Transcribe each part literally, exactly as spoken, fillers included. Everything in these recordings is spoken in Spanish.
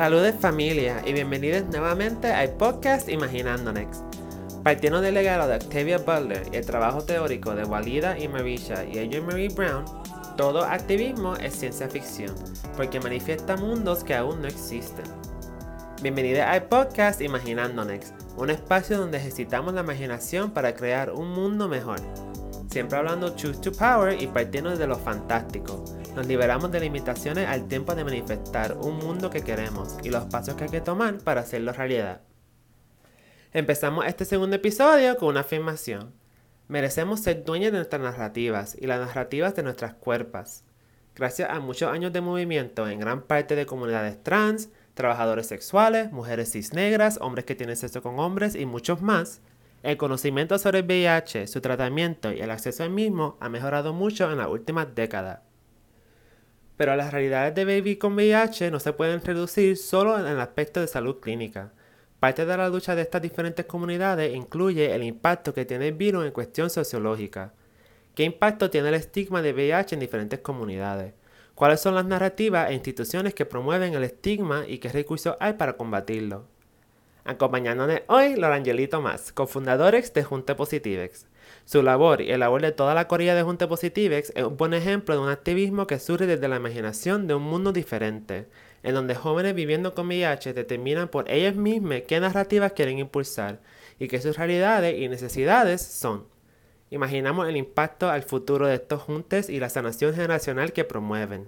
Saludos familia y bienvenidos nuevamente al podcast Imaginándonex. Partiendo del legado de Octavia Butler y el trabajo teórico de Walida y Marisha y Adrienne Maree Brown, todo activismo es ciencia ficción, porque manifiesta mundos que aún no existen. Bienvenidos al podcast Imaginándonex, un espacio donde ejercitamos la imaginación para crear un mundo mejor. Siempre hablando truth to power y partiendo de lo fantástico. Nos liberamos de limitaciones al tiempo de manifestar un mundo que queremos y los pasos que hay que tomar para hacerlo realidad. Empezamos este segundo episodio con una afirmación. Merecemos ser dueños de nuestras narrativas y las narrativas de nuestras cuerpos. Gracias a muchos años de movimiento en gran parte de comunidades trans, trabajadores sexuales, mujeres cisnegras, hombres que tienen sexo con hombres y muchos más, el conocimiento sobre el V I H, su tratamiento y el acceso al mismo ha mejorado mucho en las últimas décadas. Pero las realidades de vivir con V I H no se pueden reducir solo en el aspecto de salud clínica. Parte de la lucha de estas diferentes comunidades incluye el impacto que tiene el virus en cuestión sociológica. ¿Qué impacto tiene el estigma de V I H en diferentes comunidades? ¿Cuáles son las narrativas e instituciones que promueven el estigma y qué recursos hay para combatirlo? Acompañándonos hoy, Lorangeli Tomás, cofundadores de Junte Positivex. Su labor y el labor de toda la corilla de Junte Positivex es un buen ejemplo de un activismo que surge desde la imaginación de un mundo diferente, en donde jóvenes viviendo con V I H determinan por ellos mismos qué narrativas quieren impulsar y qué sus realidades y necesidades son. Imaginamos el impacto al futuro de estos juntes y la sanación generacional que promueven.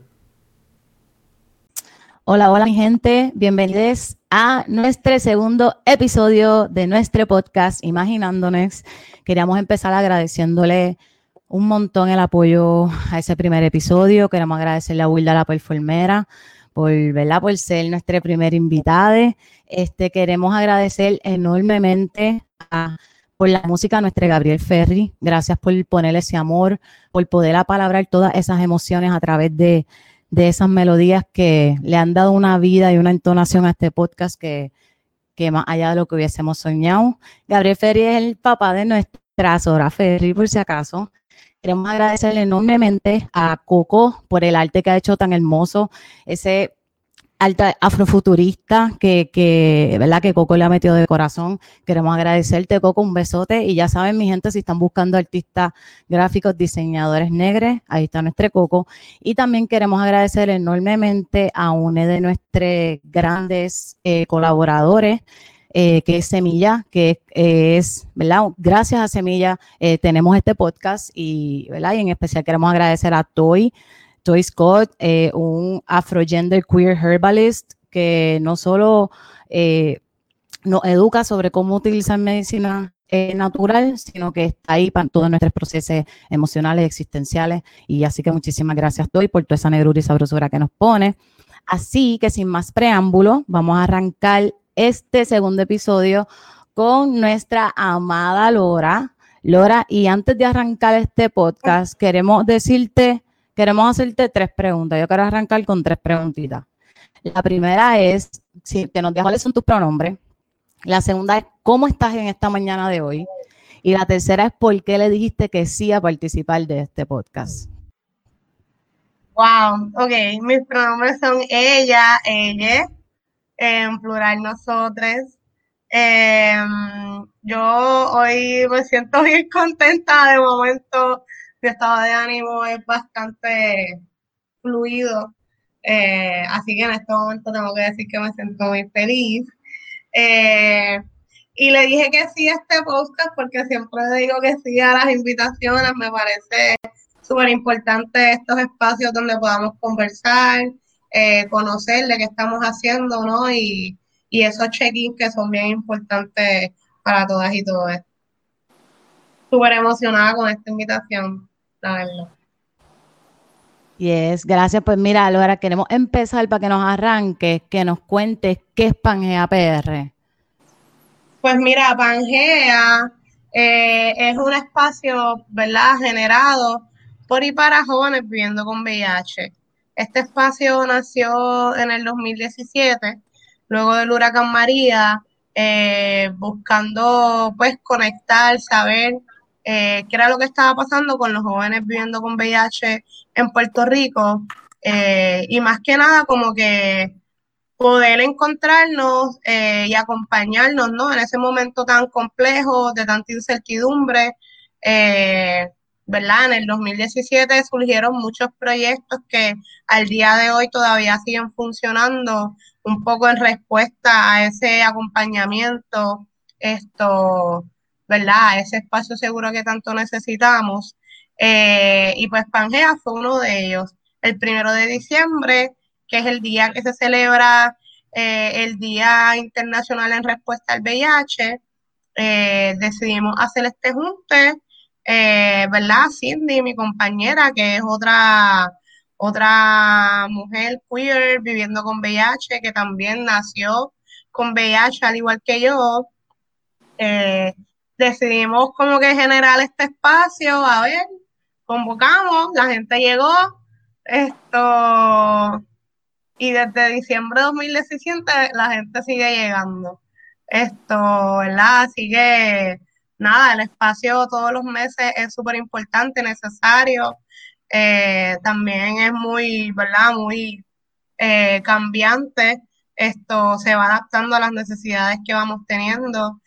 Hola, hola mi gente, bienvenidos a nuestro segundo episodio de nuestro podcast Imaginándonex. Queríamos empezar agradeciéndole un montón el apoyo a ese primer episodio. Queremos agradecerle a Wilda la Performera por, ¿verdad? por ser nuestra primera invitada. Este, queremos agradecer enormemente a, por la música a nuestro Gabriel Ferri. Gracias por poner ese amor, por poder apalabrar todas esas emociones a través de de esas melodías que le han dado una vida y una entonación a este podcast que, que más allá de lo que hubiésemos soñado. Gabriel Ferri es el papá de nuestra Zora Ferri, por si acaso. Queremos agradecerle enormemente a Coco por el arte que ha hecho tan hermoso, ese arte afrofuturista que, que, ¿verdad? que Coco le ha metido de corazón. Queremos agradecerte, Coco, un besote. Y ya saben, mi gente, si están buscando artistas gráficos, diseñadores negros, ahí está nuestro Coco. Y también queremos agradecer enormemente a uno de nuestros grandes eh, colaboradores, eh, que es Semilla, que eh, es, ¿verdad? Gracias a Semilla eh, tenemos este podcast y, ¿verdad? Y en especial queremos agradecer a Toy, Toy Scott, eh, un afrogender queer herbalist que no solo eh, nos educa sobre cómo utilizar medicina eh, natural, sino que está ahí para todos nuestros procesos emocionales, existenciales. Y así que muchísimas gracias, Toy, por toda esa negrura y sabrosura que nos pone. Así que sin más preámbulo, vamos a arrancar este segundo episodio con nuestra amada Lora. Lora, y antes de arrancar este podcast, queremos decirte... Queremos hacerte tres preguntas. Yo quiero arrancar con tres preguntitas. La primera es, si que nos digas cuáles son tus pronombres. La segunda es, ¿cómo estás en esta mañana de hoy? Y la tercera es, ¿por qué le dijiste que sí a participar de este podcast? Wow, ok. Mis pronombres son ella, ella, en plural nosotros. Eh, yo hoy me siento bien contenta. De momento, mi estado de ánimo es bastante fluido, eh, así que en este momento tengo que decir que me siento muy feliz. Eh, y le dije que sí a este podcast porque siempre le digo que sí a las invitaciones. Me parece súper importante estos espacios donde podamos conversar, eh, conocer de qué estamos haciendo, ¿no? Y, y esos check-ins que son bien importantes para todas y todos. Súper emocionada con esta invitación, la verdad. Yes, gracias. Pues mira, Laura, queremos empezar para que nos arranques, que nos cuentes qué es Pangea P R. Pues mira, Pangea eh, es un espacio, ¿verdad?, generado por y para jóvenes viviendo con V I H. Este espacio nació en el dos mil diecisiete, luego del huracán María, eh, buscando pues conectar, saber eh, qué era lo que estaba pasando con los jóvenes viviendo con V I H en Puerto Rico, eh, y más que nada como que poder encontrarnos eh, y acompañarnos, ¿no? En ese momento tan complejo, de tanta incertidumbre, eh, ¿verdad? En el dos mil diecisiete surgieron muchos proyectos que al día de hoy todavía siguen funcionando, un poco en respuesta a ese acompañamiento, esto, ¿verdad? A ese espacio seguro que tanto necesitamos. Eh, y pues Pangea fue uno de ellos. El primero de diciembre, que es el día que se celebra eh, el Día Internacional en Respuesta al V I H, eh, decidimos hacer este junte, eh, ¿verdad? Cindy, mi compañera, que es otra, otra mujer queer viviendo con V I H, que también nació con V I H al igual que yo, eh, decidimos como que generar este espacio, a ver, convocamos, la gente llegó, esto, y desde diciembre de dos mil diecisiete la gente sigue llegando. Esto, ¿verdad? Así que, nada, el espacio todos los meses es súper importante, necesario. Eh, también es muy, ¿verdad? Muy eh, cambiante. Esto se va adaptando a las necesidades que vamos teniendo.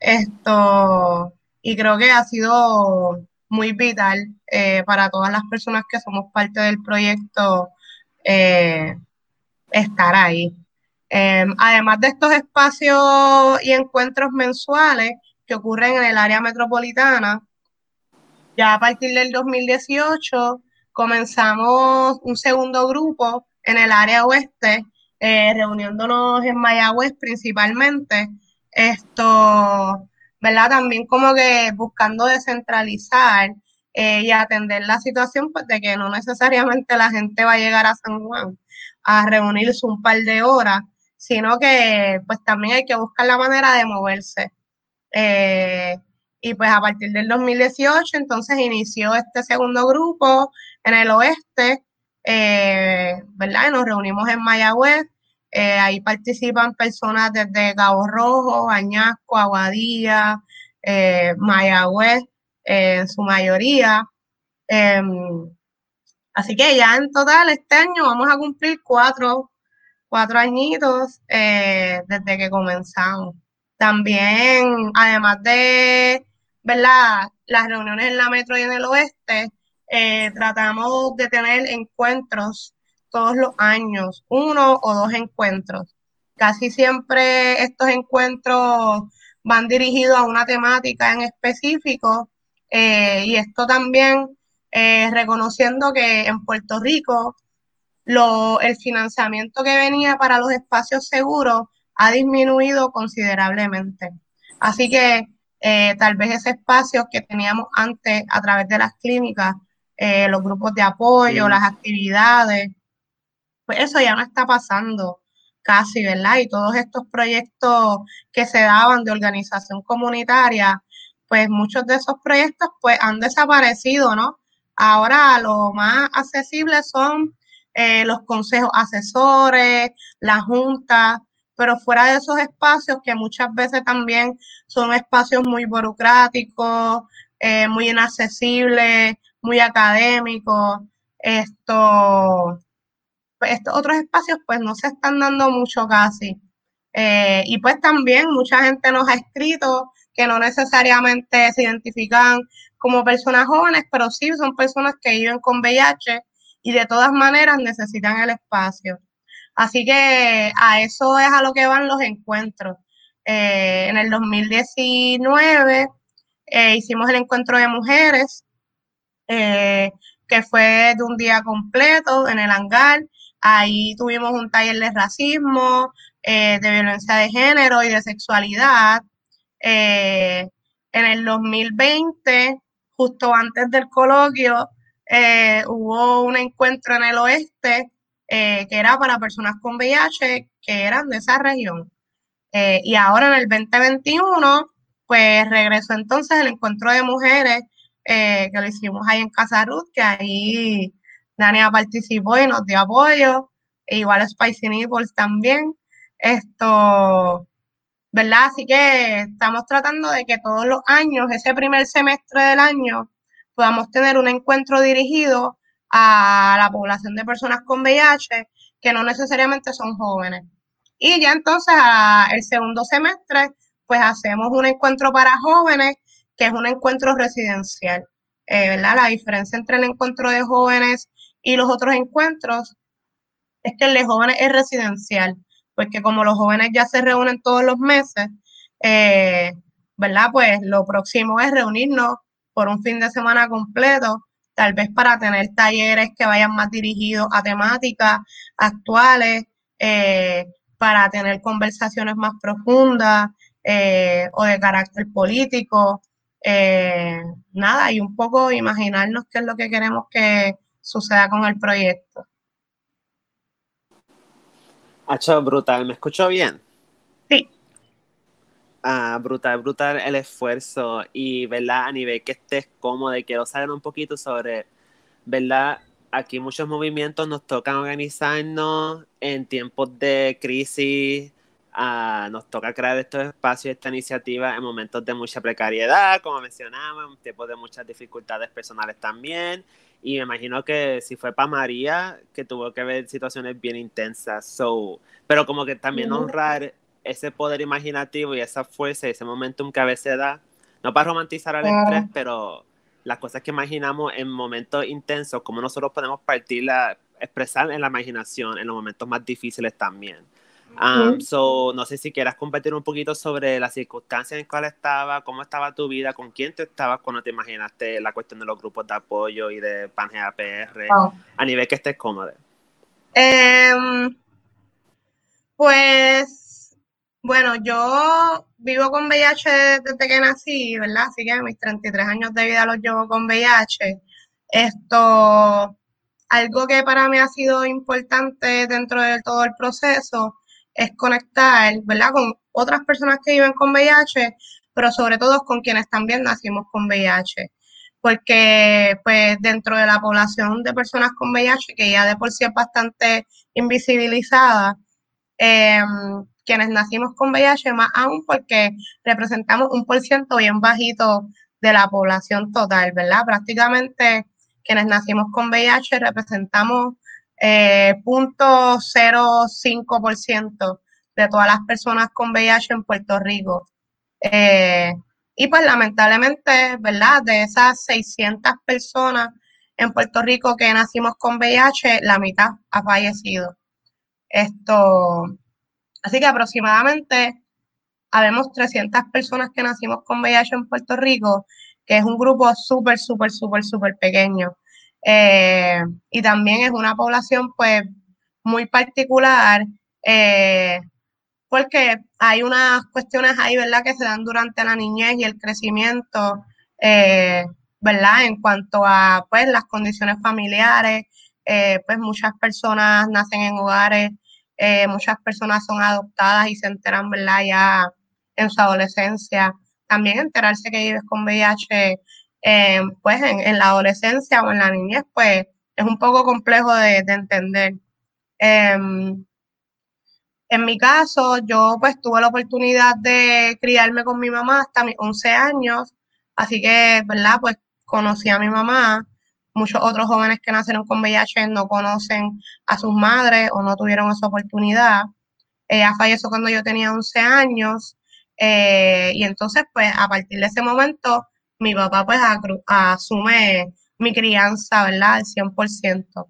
Esto, y creo que ha sido muy vital eh, para todas las personas que somos parte del proyecto. Eh, Estar ahí. Eh, además de estos espacios y encuentros mensuales que ocurren en el área metropolitana, ya a partir del dos mil dieciocho comenzamos un segundo grupo en el área oeste, eh, reuniéndonos en Mayagüez principalmente. Esto, ¿verdad? También como que buscando descentralizar eh, y atender la situación pues, de que no necesariamente la gente va a llegar a San Juan a reunirse un par de horas, sino que pues también hay que buscar la manera de moverse. Eh, y pues a partir del dos mil dieciocho entonces inició este segundo grupo en el oeste, eh, ¿verdad? Y nos reunimos en Mayagüez, eh, ahí participan personas desde Cabo Rojo, Añasco, Aguadilla, eh, Mayagüez, eh, en su mayoría. Eh, así que ya en total este año vamos a cumplir cuatro, cuatro añitos eh, desde que comenzamos. También, además de, ¿verdad? Las reuniones en la metro y en el oeste, eh, tratamos de tener encuentros todos los años, uno o dos encuentros. Casi siempre estos encuentros van dirigidos a una temática en específico eh, y esto también eh, reconociendo que en Puerto Rico lo, el financiamiento que venía para los espacios seguros ha disminuido considerablemente. Así que eh, tal vez ese espacio que teníamos antes a través de las clínicas, eh, los grupos de apoyo, las actividades, pues eso ya no está pasando casi, ¿verdad? Y todos estos proyectos que se daban de organización comunitaria, pues muchos de esos proyectos pues han desaparecido, ¿no? Ahora lo más accesible son eh, los consejos asesores, la junta, pero fuera de esos espacios que muchas veces también son espacios muy burocráticos, eh, muy inaccesibles, muy académicos, esto estos otros espacios pues no se están dando mucho casi. Eh, y pues también mucha gente nos ha escrito que no necesariamente se identifican como personas jóvenes, pero sí son personas que viven con V I H y de todas maneras necesitan el espacio. Así que a eso es a lo que van los encuentros. Eh, en el dos mil diecinueve eh, hicimos el encuentro de mujeres, eh, que fue de un día completo en el hangar. Ahí tuvimos un taller de racismo, eh, de violencia de género y de sexualidad. Eh, en el dos mil veinte, justo antes del coloquio, eh, hubo un encuentro en el oeste eh, que era para personas con V I H que eran de esa región. Eh, y ahora en el veinte veintiuno, pues regresó entonces el encuentro de mujeres eh, que lo hicimos ahí en Casa Ruth, que ahí Dania participó y nos dio apoyo, e igual Spicy Nipples también. Esto, ¿verdad? Así que estamos tratando de que todos los años, ese primer semestre del año, podamos tener un encuentro dirigido a la población de personas con V I H que no necesariamente son jóvenes. Y ya entonces a, el segundo semestre, pues hacemos un encuentro para jóvenes, que es un encuentro residencial. Eh, ¿verdad? La diferencia entre el encuentro de jóvenes y los otros encuentros es que el de jóvenes es residencial, porque como los jóvenes ya se reúnen todos los meses, eh, ¿verdad? Pues lo próximo es reunirnos por un fin de semana completo, tal vez para tener talleres que vayan más dirigidos a temáticas actuales, eh, para tener conversaciones más profundas eh, o de carácter político. Eh, nada, y un poco imaginarnos qué es lo que queremos que suceda con el proyecto. Hacho, brutal, ¿me escucho bien? Sí. Ah, brutal, brutal el esfuerzo y, ¿verdad? A nivel que estés cómodo, y quiero saber un poquito sobre, ¿verdad? Aquí muchos movimientos nos tocan organizarnos en tiempos de crisis, ah, nos toca crear estos espacios, esta iniciativa en momentos de mucha precariedad, como mencionamos, en tiempos de muchas dificultades personales también. Y me imagino que si fue para María, que tuvo que ver situaciones bien intensas. So, pero como que también honrar ese poder imaginativo y esa fuerza y ese momentum que a veces da, no para romantizar al estrés, pero las cosas que imaginamos en momentos intensos, como nosotros podemos partirla, expresar en la imaginación en los momentos más difíciles también. Um, so, no sé si quieras compartir un poquito sobre las circunstancias en las cuales estaba, cómo estaba tu vida, con quién te estabas cuando te imaginaste la cuestión de los grupos de apoyo y de Pangea P R, Wow. a nivel que estés cómodo. Eh, pues, bueno, yo vivo con V I H desde que nací, ¿verdad? Así que mis treinta y tres años de vida los llevo con V I H. Esto, algo que para mí ha sido importante dentro de todo el proceso es conectar, ¿verdad? Con otras personas que viven con V I H, pero sobre todo con quienes también nacimos con V I H. Porque, pues, dentro de la población de personas con V I H, que ya de por sí es bastante invisibilizada, eh, quienes nacimos con V I H, más aún porque representamos un por ciento bien bajito de la población total, ¿verdad? Prácticamente quienes nacimos con V I H representamos eh, cero punto cero cinco por ciento de todas las personas con V I H en Puerto Rico. Eh, y pues lamentablemente, ¿verdad? De esas seiscientas personas en Puerto Rico que nacimos con V I H, la mitad ha fallecido. Esto, así que aproximadamente habemos trescientas personas que nacimos con V I H en Puerto Rico, que es un grupo súper, súper, súper, súper pequeño. Eh, y también es una población pues muy particular, eh, porque hay unas cuestiones ahí, ¿verdad?, que se dan durante la niñez y el crecimiento, eh, ¿verdad?, en cuanto a pues las condiciones familiares. Eh, pues muchas personas nacen en hogares, eh, muchas personas son adoptadas y se enteran, ¿verdad?, ya en su adolescencia. También enterarse que vives con V I H, eh, pues en, en, la adolescencia o en la niñez, pues es un poco complejo de, de entender. Eh, en mi caso, yo pues tuve la oportunidad de criarme con mi mamá hasta mis once años, así que, ¿verdad? Pues conocí a mi mamá. Muchos otros jóvenes que nacieron con V I H no conocen a sus madres o no tuvieron esa oportunidad. Ella falleció cuando yo tenía once años, eh, y entonces pues a partir de ese momento mi papá pues asume mi crianza, ¿verdad? Al cien por ciento.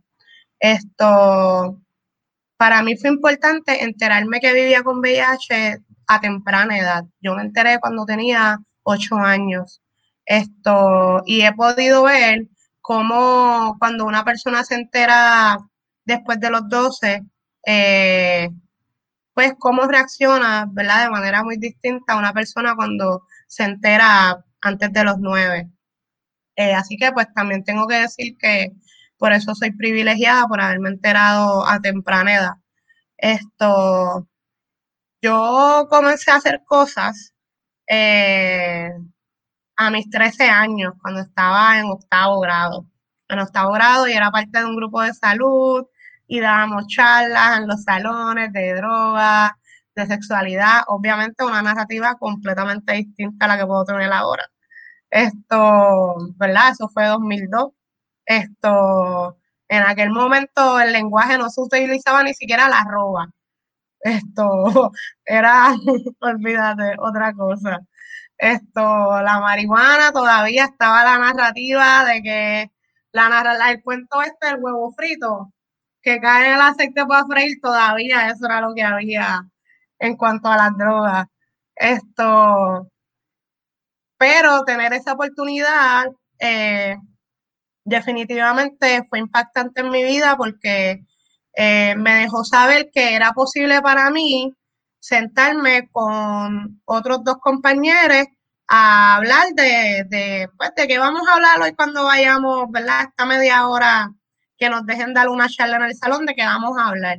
Esto, para mí fue importante enterarme que vivía con V I H a temprana edad. Yo me enteré cuando tenía ocho años. Esto, y he podido ver cómo cuando una persona se entera después de los doce, eh, pues cómo reacciona, ¿verdad? De manera muy distinta a una persona cuando se entera antes de los nueve. Eh, así que pues también tengo que decir que por eso soy privilegiada, por haberme enterado a temprana edad. Esto, yo comencé a hacer cosas eh, a mis trece años, cuando estaba en octavo grado. En octavo grado y era parte de un grupo de salud y dábamos charlas en los salones de droga, de sexualidad, obviamente una narrativa completamente distinta a la que puedo tener ahora. Esto, ¿verdad? Eso fue dos mil dos. Esto, en aquel momento el lenguaje no se utilizaba ni siquiera la arroba. Esto era, olvídate, otra cosa. Esto, la marihuana todavía estaba la narrativa de que la, narra- la- el cuento este del huevo frito, que cae en el aceite para freír, todavía eso era lo que había en cuanto a las drogas. Esto, pero tener esa oportunidad eh, definitivamente fue impactante en mi vida porque eh, me dejó saber que era posible para mí sentarme con otros dos compañeros a hablar de, de, pues, de qué vamos a hablar hoy cuando vayamos, ¿verdad? Esta media hora que nos dejen dar una charla en el salón de qué vamos a hablar.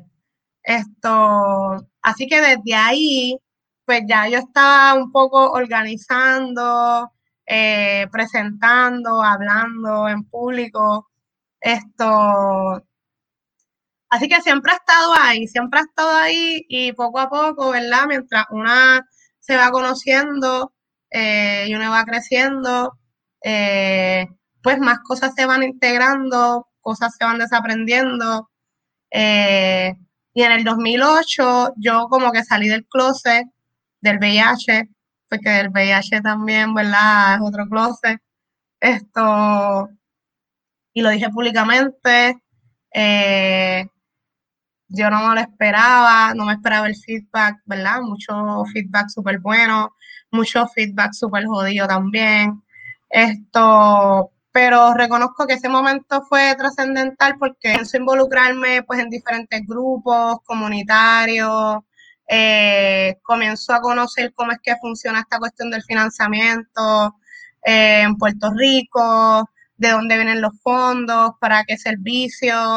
Esto, así que desde ahí, pues ya yo estaba un poco organizando, eh, presentando, hablando en público, esto, así que siempre ha estado ahí, siempre ha estado ahí y poco a poco, ¿verdad? Mientras una se va conociendo eh, y una va creciendo, eh, pues más cosas se van integrando, cosas se van desaprendiendo. Eh, y en el dos mil ocho yo como que salí del closet del V I H, porque el V I H también, ¿verdad? Es otro closet. Esto, y lo dije públicamente. Eh, yo no me lo esperaba, no me esperaba el feedback, ¿verdad? Mucho feedback súper bueno, mucho feedback súper jodido también. Esto, pero reconozco que ese momento fue trascendental porque empecé a involucrarme pues en diferentes grupos comunitarios, eh, comenzó a conocer cómo es que funciona esta cuestión del financiamiento eh, en Puerto Rico, de dónde vienen los fondos, para qué servicios.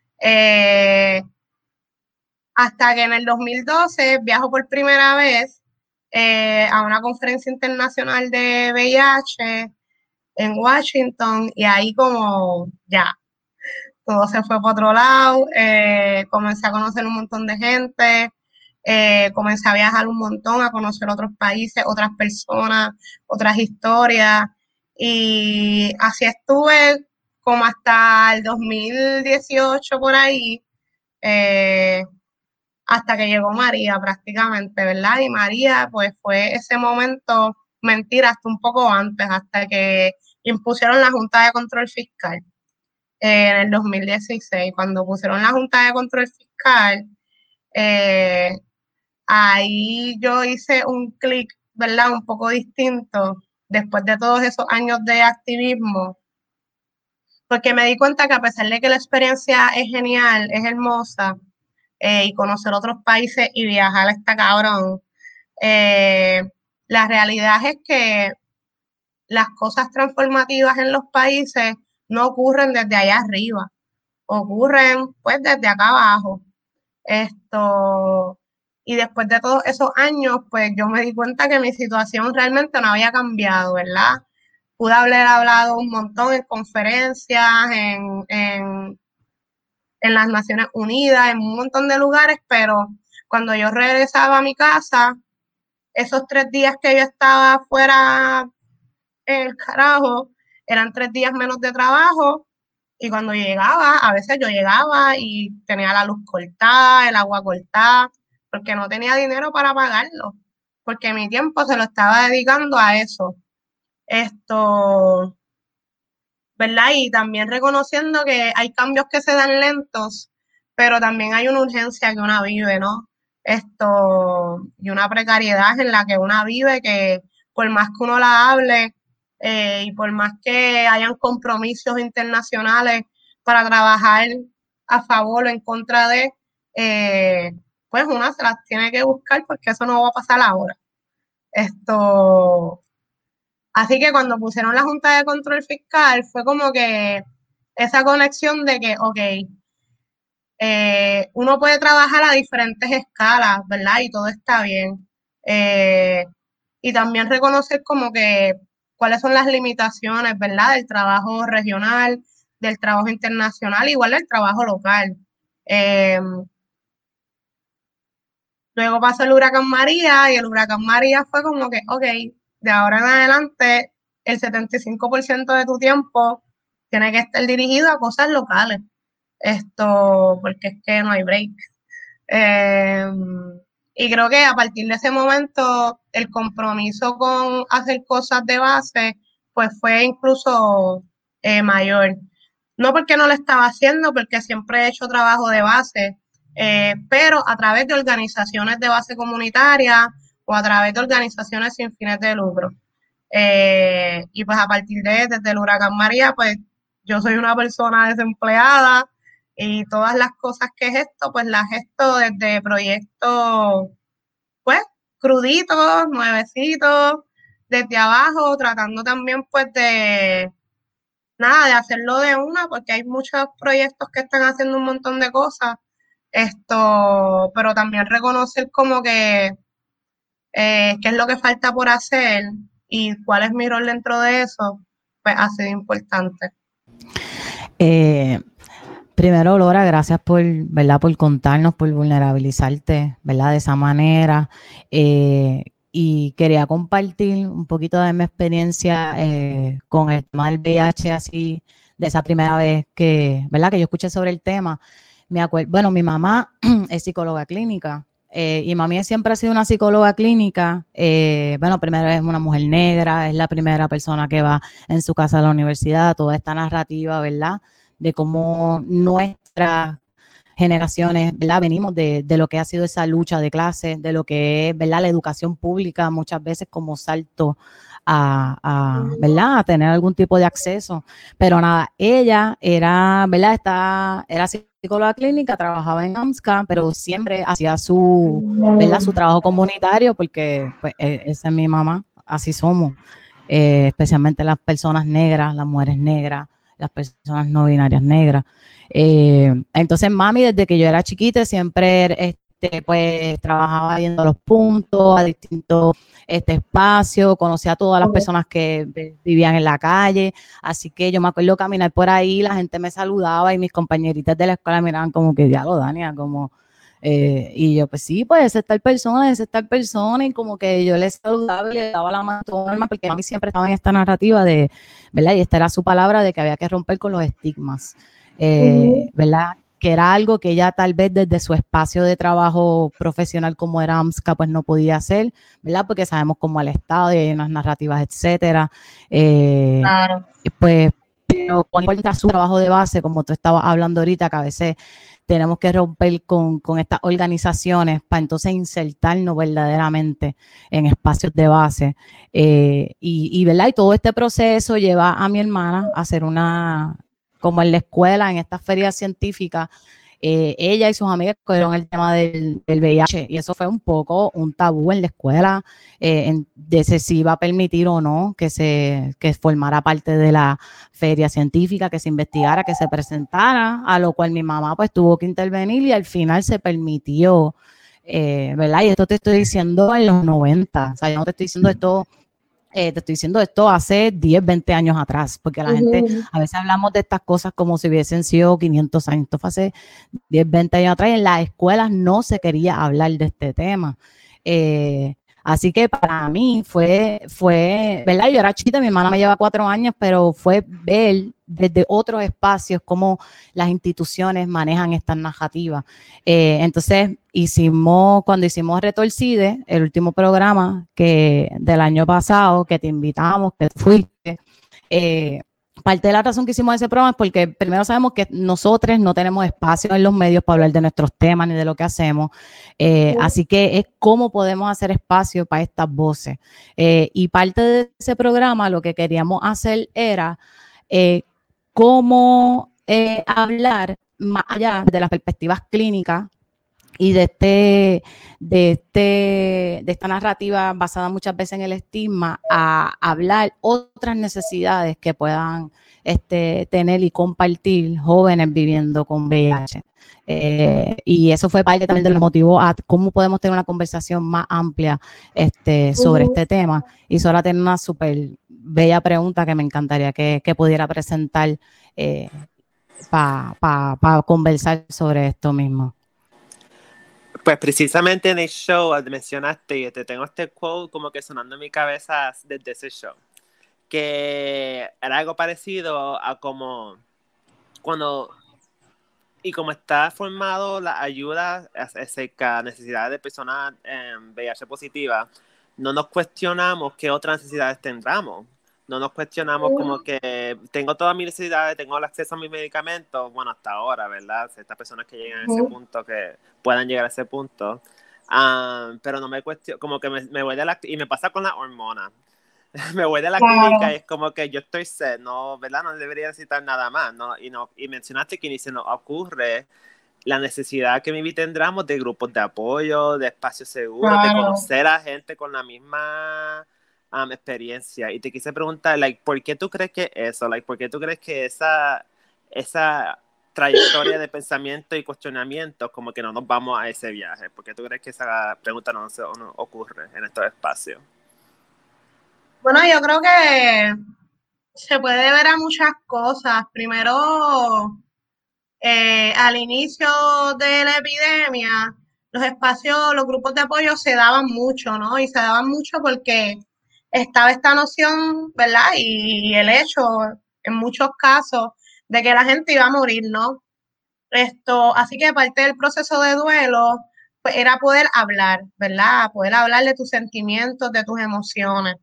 Eh, hasta que en el dos mil doce viajo por primera vez eh, a una conferencia internacional de V I H en Washington y ahí como ya, todo se fue para otro lado, eh, comencé a conocer un montón de gente, eh, comencé a viajar un montón, a conocer otros países, otras personas, otras historias y así estuve como hasta el dos mil dieciocho por ahí. Eh, hasta que llegó María prácticamente, ¿verdad? Y María, pues fue ese momento, mentira, hasta un poco antes, hasta que impusieron la Junta de Control Fiscal eh, en el dos mil dieciséis. Cuando pusieron la Junta de Control Fiscal, eh, ahí yo hice un clic, ¿verdad? Un poco distinto después de todos esos años de activismo, porque me di cuenta que a pesar de que la experiencia es genial, es hermosa, eh, y conocer otros países y viajar está cabrón. Eh, la realidad es que las cosas transformativas en los países no ocurren desde allá arriba, ocurren pues desde acá abajo. Esto, y después de todos esos años, pues yo me di cuenta que mi situación realmente no había cambiado, ¿verdad? Pude haber hablado un montón en conferencias, en, en en las Naciones Unidas, en un montón de lugares, pero cuando yo regresaba a mi casa, esos tres días que yo estaba fuera en el carajo, eran tres días menos de trabajo, y cuando llegaba, a veces yo llegaba y tenía la luz cortada, el agua cortada, porque no tenía dinero para pagarlo, porque mi tiempo se lo estaba dedicando a eso. Esto, ¿verdad? Y también reconociendo que hay cambios que se dan lentos, pero también hay una urgencia que una vive, ¿no? Esto, y una precariedad en la que una vive que por más que uno la hable eh, y por más que hayan compromisos internacionales para trabajar a favor o en contra de, eh, pues una se las tiene que buscar porque eso no va a pasar ahora. Esto, Así que cuando pusieron la Junta de Control Fiscal fue como que esa conexión de que, ok, eh, uno puede trabajar a diferentes escalas, ¿verdad? Y todo está bien. Eh, y también reconocer como que cuáles son las limitaciones, ¿verdad? Del trabajo regional, del trabajo internacional, igual del trabajo local. Eh, Luego pasó el huracán María y el huracán María fue como que, ok, de ahora en adelante el setenta y cinco por ciento de tu tiempo tiene que estar dirigido a cosas locales. Esto, porque es que no hay break. Eh, y creo que a partir de ese momento el compromiso con hacer cosas de base pues fue incluso eh, mayor. No porque no lo estaba haciendo, porque siempre he hecho trabajo de base, eh, pero a través de organizaciones de base comunitaria o a través de organizaciones sin fines de lucro. Eh, y pues a partir de desde el huracán María, pues yo soy una persona desempleada y todas las cosas que gesto, pues las gesto desde proyectos, pues, cruditos, nuevecitos, desde abajo, tratando también pues de, nada, de hacerlo de una, porque hay muchos proyectos que están haciendo un montón de cosas, esto, pero también reconocer como que eh, qué es lo que falta por hacer y cuál es mi rol dentro de eso, pues ha sido importante. Eh, primero, Laura, gracias por, ¿verdad? Por contarnos, por vulnerabilizarte, ¿verdad? De esa manera. Eh, y quería compartir un poquito de mi experiencia eh, con el tema del V I H, así, de esa primera vez que, ¿verdad? Que yo escuché sobre el tema. Me acuerdo, bueno, mi mamá es psicóloga clínica. Eh, y mami siempre ha sido una psicóloga clínica. Eh, bueno, primero es una mujer negra, es la primera persona que va en su casa a la universidad, toda esta narrativa, ¿verdad? De cómo nuestras generaciones, ¿verdad? Venimos de, de lo que ha sido esa lucha de clases, de lo que es, ¿verdad? La educación pública muchas veces como salto a, a, ¿verdad? A tener algún tipo de acceso. Pero nada, ella era, ¿verdad? Está, era psicóloga clínica, trabajaba en AMSCA, pero siempre hacía su, ¿verdad? Su trabajo comunitario porque pues, esa es mi mamá, así somos, eh, especialmente las personas negras, las mujeres negras, las personas no binarias negras. Eh, entonces, mami, desde que yo era chiquita, siempre este, pues, trabajaba yendo a los puntos, a distintos este, espacios, conocía a todas las personas que vivían en la calle, así que yo me acuerdo caminar por ahí, la gente me saludaba y mis compañeritas de la escuela miraban como que, diablo, Dania, como... Eh, y yo, pues sí, pues esa es tal persona, esa es tal persona, y como que yo les saludaba y le daba la mano a todo el mundo, porque a mí siempre estaba en esta narrativa de, ¿verdad? Y esta era su palabra de que había que romper con los estigmas, eh, uh-huh. ¿verdad? Que era algo que ella tal vez desde su espacio de trabajo profesional como era AMSCA, pues no podía hacer, ¿verdad? Porque sabemos cómo el Estado y hay unas narrativas, etcétera. Eh, claro. Pues, pero cuando entra su trabajo de base, como tú estabas hablando ahorita, que a veces tenemos que romper con, con estas organizaciones para entonces insertarnos verdaderamente en espacios de base. Eh, y, y, ¿verdad? Y todo este proceso lleva a mi hermana a hacer una, como en la escuela, en estas ferias científicas, eh, ella y sus amigas cogieron el tema del, del V I H y eso fue un poco un tabú en la escuela, eh, en, de si se iba a permitir o no que se que formara parte de la feria científica, que se investigara, que se presentara, a lo cual mi mamá pues tuvo que intervenir y al final se permitió, eh, ¿verdad? Y esto te estoy diciendo en los noventa, o sea, yo no te estoy diciendo esto... Eh, te estoy diciendo esto hace diez, veinte años atrás, porque la uh-huh. gente, a veces hablamos de estas cosas como si hubiesen sido quinientos años, esto fue hace diez, veinte años atrás, y en las escuelas no se quería hablar de este tema. Eh, así que para mí fue, fue, ¿verdad? Yo era chiquita, mi hermana me lleva cuatro años, pero fue ver desde otros espacios cómo las instituciones manejan estas narrativas. Eh, entonces, hicimos, cuando hicimos Retorcide, el último programa que del año pasado, que te invitamos, que fuiste, eh, parte de la razón que hicimos ese programa es porque primero sabemos que nosotros no tenemos espacio en los medios para hablar de nuestros temas ni de lo que hacemos, eh, sí. Así que es cómo podemos hacer espacio para estas voces. Eh, y parte de ese programa lo que queríamos hacer era eh, cómo eh, hablar más allá de las perspectivas clínicas y de este, de este, de esta narrativa basada muchas veces en el estigma, a hablar otras necesidades que puedan este, tener y compartir jóvenes viviendo con V I H. Eh, y eso fue parte también de los motivos a cómo podemos tener una conversación más amplia este, sobre uh-huh. este tema. Y Sora tiene una súper bella pregunta que me encantaría que, que pudiera presentar eh, para pa, pa conversar sobre esto mismo. Pues precisamente en el show mencionaste y te tengo este quote como que sonando en mi cabeza desde ese show, que era algo parecido a como cuando y como está formado la ayuda acerca de necesidades de personas eh, V I H positivas, no nos cuestionamos qué otras necesidades tendremos. No nos cuestionamos como que tengo todas mis necesidades, tengo el acceso a mis medicamentos, bueno, hasta ahora, ¿verdad? Estas personas que llegan a ese punto, que puedan llegar a ese punto. Um, pero no me cuestiono, como que me, me voy de la... Y me pasa con las hormonas. Me voy de la Claro. clínica y es como que yo estoy set, no, ¿verdad? No debería necesitar nada más, ¿no? Y, no, y mencionaste que ni se nos ocurre la necesidad que maybe tendremos de grupos de apoyo, de espacios seguros, de Claro. conocer a gente con la misma um, experiencia. Y te quise preguntar, like, ¿por qué tú crees que eso? Like, ¿por qué tú crees que esa, esa trayectoria de pensamiento y cuestionamiento como que no nos vamos a ese viaje? ¿Por qué tú crees que esa pregunta no se no ocurre en estos espacios? Bueno, yo creo que se puede ver a muchas cosas. Primero, eh, al inicio de la epidemia, los espacios, los grupos de apoyo se daban mucho, ¿no? Y se daban mucho porque estaba esta noción, ¿verdad? Y el hecho, en muchos casos, de que la gente iba a morir, ¿no? Esto, así que parte del proceso de duelo, pues era poder hablar, ¿verdad? Poder hablar de tus sentimientos, de tus emociones.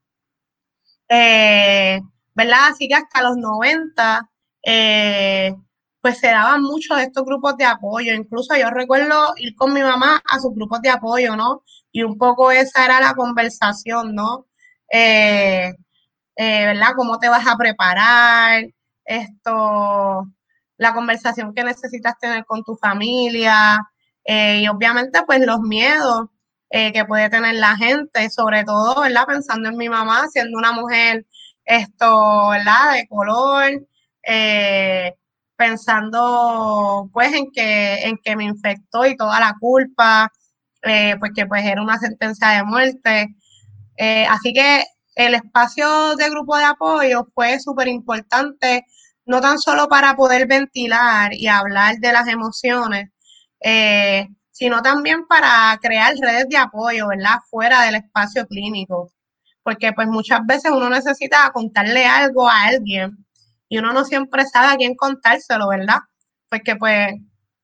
Eh, ¿verdad? Así que hasta los noventa, eh, pues se daban mucho de estos grupos de apoyo. Incluso yo recuerdo ir con mi mamá a sus grupos de apoyo, ¿no? Y un poco esa era la conversación, ¿no? Eh, eh, ¿verdad? ¿Cómo te vas a preparar? Esto, la conversación que necesitas tener con tu familia, eh, y obviamente pues los miedos eh, que puede tener la gente, sobre todo, ¿verdad? Pensando en mi mamá, siendo una mujer, esto, ¿verdad? De color, eh, pensando pues en que, en que me infectó y toda la culpa, eh, pues que pues era una sentencia de muerte. Eh, así que el espacio de grupo de apoyo fue súper importante, no tan solo para poder ventilar y hablar de las emociones, eh, sino también para crear redes de apoyo, ¿verdad? Fuera del espacio clínico. Porque pues muchas veces uno necesita contarle algo a alguien y uno no siempre sabe a quién contárselo, ¿verdad? Porque pues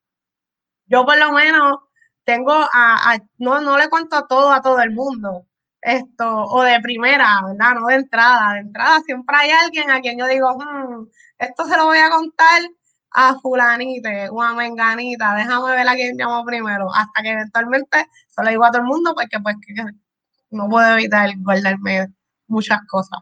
yo por lo menos tengo a, a no, no le cuento todo a todo el mundo, esto, o de primera, ¿verdad? No de entrada, de entrada siempre hay alguien a quien yo digo, hmm, esto se lo voy a contar a fulanite o a menganita, déjame ver a quién llamo primero, hasta que eventualmente se lo digo a todo el mundo porque pues que, que no puedo evitar guardarme muchas cosas.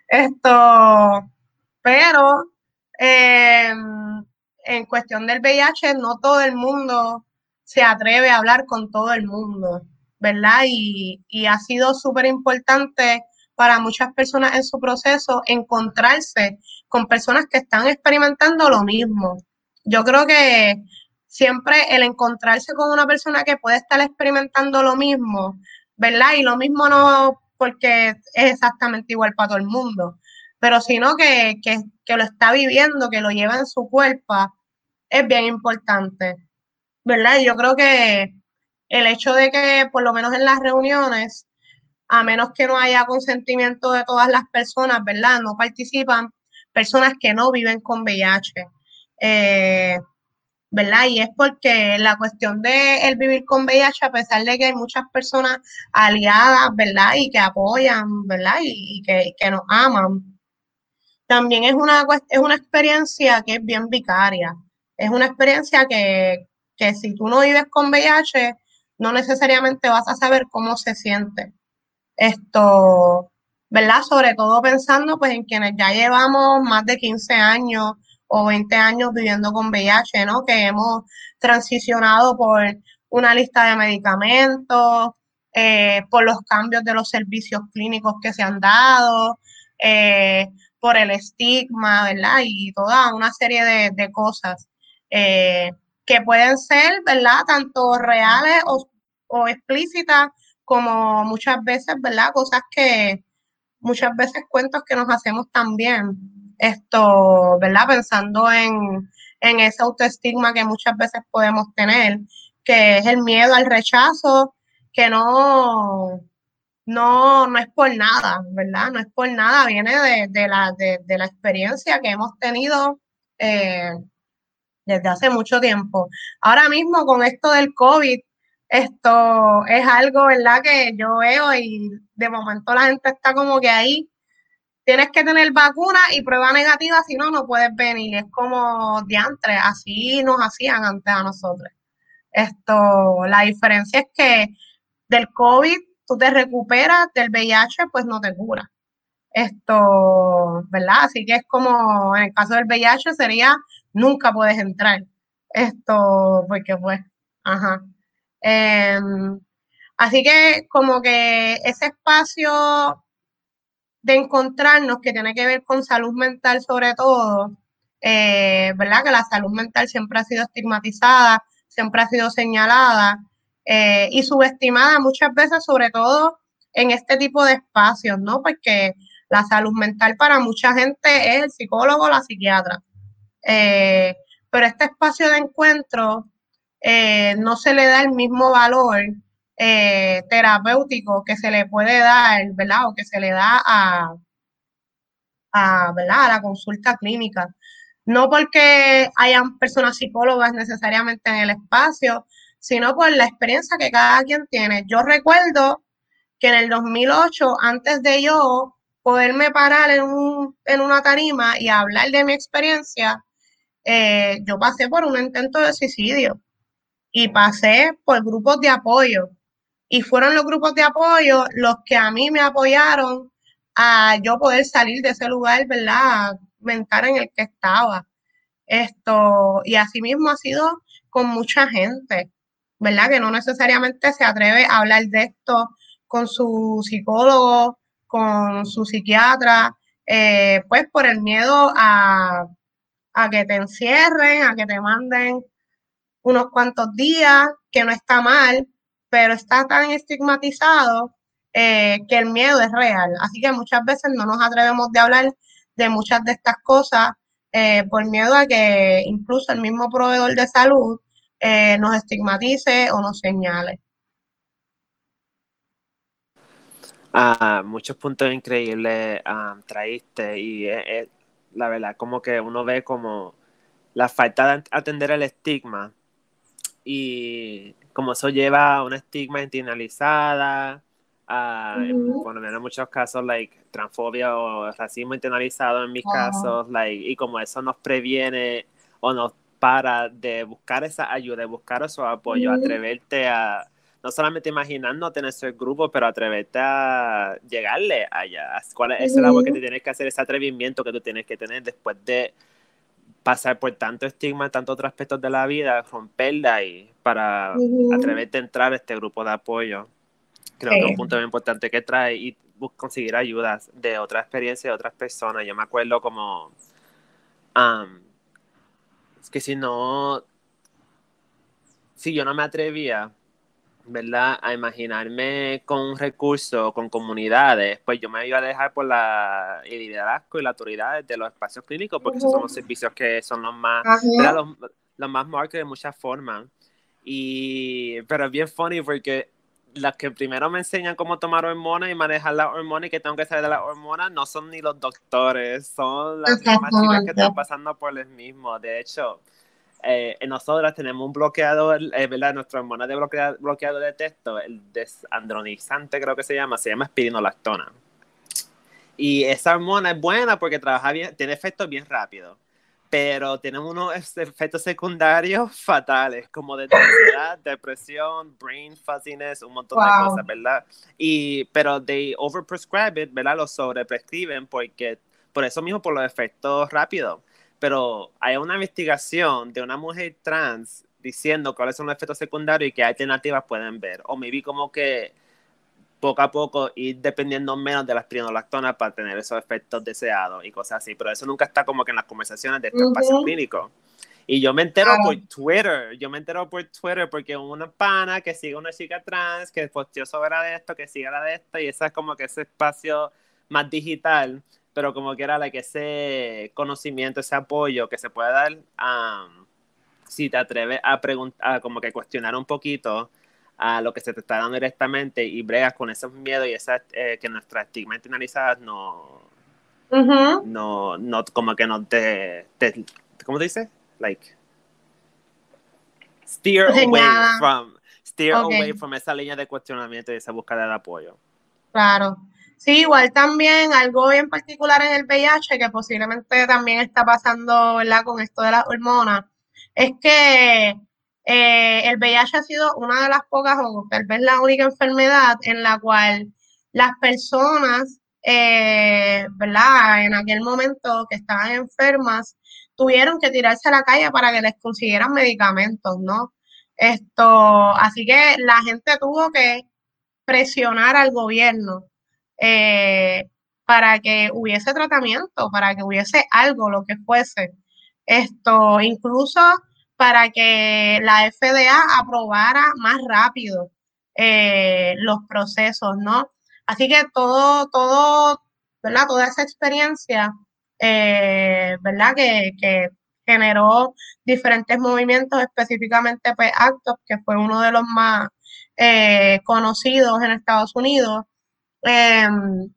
Esto, pero eh, en cuestión del V I H, no todo el mundo se atreve a hablar con todo el mundo, ¿verdad? Y, y ha sido súper importante para muchas personas en su proceso encontrarse con personas que están experimentando lo mismo. Yo creo que siempre el encontrarse con una persona que puede estar experimentando lo mismo, ¿verdad? Y lo mismo no porque es exactamente igual para todo el mundo, pero sino que, que, que lo está viviendo, que lo lleva en su cuerpo, es bien importante, ¿verdad? Y yo creo que el hecho de que, por lo menos en las reuniones, a menos que no haya consentimiento de todas las personas, ¿verdad? No participan personas que no viven con V I H. Eh, ¿verdad? Y es porque la cuestión de el vivir con V I H, a pesar de que hay muchas personas aliadas, ¿verdad? Y que apoyan, ¿verdad? Y, y que, y que nos aman, también es una, es una experiencia que es bien vicaria. Es una experiencia que, que si tú no vives con V I H, no necesariamente vas a saber cómo se siente. Esto, ¿verdad? Sobre todo pensando pues en quienes ya llevamos más de quince años o veinte años viviendo con V I H, ¿no? Que hemos transicionado por una lista de medicamentos, eh, por los cambios de los servicios clínicos que se han dado, eh, por el estigma, ¿verdad? Y toda una serie de, de cosas eh, que pueden ser, ¿verdad? Tanto reales o, o explícitas, como muchas veces, ¿verdad? Cosas que muchas veces cuentos que nos hacemos también, esto, ¿verdad? Pensando en, en ese autoestigma que muchas veces podemos tener, que es el miedo al rechazo, que no, no, no es por nada, ¿verdad? No es por nada, viene de, de la, de, de la experiencia que hemos tenido, eh, desde hace mucho tiempo. Ahora mismo con esto del COVID, esto es algo, ¿verdad?, que yo veo y de momento la gente está como que ahí, tienes que tener vacuna y prueba negativa, si no, no puedes venir. Es como diantre, así nos hacían antes a nosotros. Esto, la diferencia es que del COVID tú te recuperas, del V I H pues no te cura. Esto, ¿verdad? Así que es como, en el caso del V I H sería, nunca puedes entrar. Esto, porque pues, ajá. Eh, así que como que ese espacio de encontrarnos que tiene que ver con salud mental sobre todo, eh, ¿verdad? Que la salud mental siempre ha sido estigmatizada, siempre ha sido señalada eh, y subestimada muchas veces, sobre todo en este tipo de espacios, ¿no? Porque la salud mental para mucha gente es el psicólogo o la psiquiatra. Eh, pero este espacio de encuentro eh, no se le da el mismo valor eh, terapéutico que se le puede dar, ¿verdad? O que se le da a, a, ¿verdad?, a la consulta clínica. No porque hayan personas psicólogas necesariamente en el espacio, sino por la experiencia que cada quien tiene. Yo recuerdo que en el dos mil ocho, antes de yo poderme parar en, un, en una tarima y hablar de mi experiencia, eh, yo pasé por un intento de suicidio y pasé por grupos de apoyo. Y fueron los grupos de apoyo los que a mí me apoyaron a yo poder salir de ese lugar, ¿verdad?, mental en el que estaba. Esto, y así mismo ha sido con mucha gente, ¿verdad?, que no necesariamente se atreve a hablar de esto con su psicólogo, con su psiquiatra, eh, pues por el miedo a, a que te encierren, a que te manden unos cuantos días, que no está mal, pero está tan estigmatizado eh, que el miedo es real. Así que muchas veces no nos atrevemos de hablar de muchas de estas cosas eh, por miedo a que incluso el mismo proveedor de salud eh, nos estigmatice o nos señale. Ah, muchos puntos increíbles um, traíste y es, es, la verdad como que uno ve como la falta de atender el estigma y como eso lleva a una estigma internalizada, uh, en, Uh-huh. por lo menos en muchos casos, like, transfobia o racismo internalizado en mis Wow. casos, like, y como eso nos previene o nos para de buscar esa ayuda, de buscar esos apoyos, Uh-huh. atreverte a, no solamente imaginando tener ese grupo, pero atreverte a llegarle allá. ¿Cuál es ese labor que te Uh-huh. tienes que hacer, ese atrevimiento que tú tienes que tener después de pasar por tanto estigma, tantos otros aspectos de la vida, romperla y para Uh-huh. atreverte a entrar a este grupo de apoyo? Creo que es un Sí. punto muy importante que trae y conseguir ayudas de otra experiencia de otras personas. Yo me acuerdo como um, es que si no, si yo no me atrevía, ¿verdad?, a imaginarme con un recurso, con comunidades, pues yo me iba a dejar por la, el liderazgo y la autoridad de los espacios clínicos, porque esos son Uh-huh. los servicios que son los más, ¿verdad?, Ajá. los, los más market de muchas formas. Y, pero es bien funny porque las que primero me enseñan cómo tomar hormonas y manejar las hormonas y que tengo que saber de las hormonas no son ni los doctores, son las mismas chicas que Exactamente. están pasando por el mismo. De hecho, eh, nosotras tenemos un bloqueador, eh, ¿verdad? Nuestra hormona de bloquea, bloqueador de texto, el desandronizante creo que se llama, se llama espirinolactona. Y esa hormona es buena porque trabaja bien, tiene efectos bien rápidos, pero tiene unos efectos secundarios fatales, como desde ansiedad, depresión, brain fuzziness, un montón de Wow. cosas, ¿verdad? Y, pero they overprescribe it, ¿verdad? Lo sobreprescriben porque, por eso mismo, por los efectos rápidos. Pero hay una investigación de una mujer trans diciendo cuáles son los efectos secundarios y qué alternativas pueden ver. O maybe como que poco a poco ir dependiendo menos de las pirenolactonas para tener esos efectos deseados y cosas así. Pero eso nunca está como que en las conversaciones de estos espacios Uh-huh. clínicos. Y yo me entero por Claro. Twitter, yo me entero por Twitter porque una pana que sigue una chica trans que posteó sobre esto, que sigue la de esto, y esa es como que ese espacio más digital, pero como que era like, ese conocimiento, ese apoyo que se puede dar um, si te atreves a preguntar, como que cuestionar un poquito a lo que se te está dando directamente y bregas con esos miedos y esas eh, que nuestras estigmas internalizadas no, Uh-huh. no, no, como que no te, te ¿cómo te dice? Like, steer away Señala. from, steer Ok. away from esa línea de cuestionamiento y esa búsqueda de apoyo. Claro. Sí, igual también algo bien particular en el V I H que posiblemente también está pasando, ¿verdad? Con esto de las hormonas, es que eh, el V I H ha sido una de las pocas o tal vez la única enfermedad en la cual las personas, eh, ¿verdad? En aquel momento que estaban enfermas, tuvieron que tirarse a la calle para que les consiguieran medicamentos, ¿no? Esto, así que la gente tuvo que presionar al gobierno eh, para que hubiese tratamiento, para que hubiese algo, lo que fuese. Esto, incluso para que la F D A aprobara más rápido eh, los procesos, ¿no? Así que todo, todo, ¿verdad? Toda esa experiencia, eh, ¿verdad? Que, que generó diferentes movimientos, específicamente pues Actos, que fue uno de los más eh, conocidos en Estados Unidos. Eh,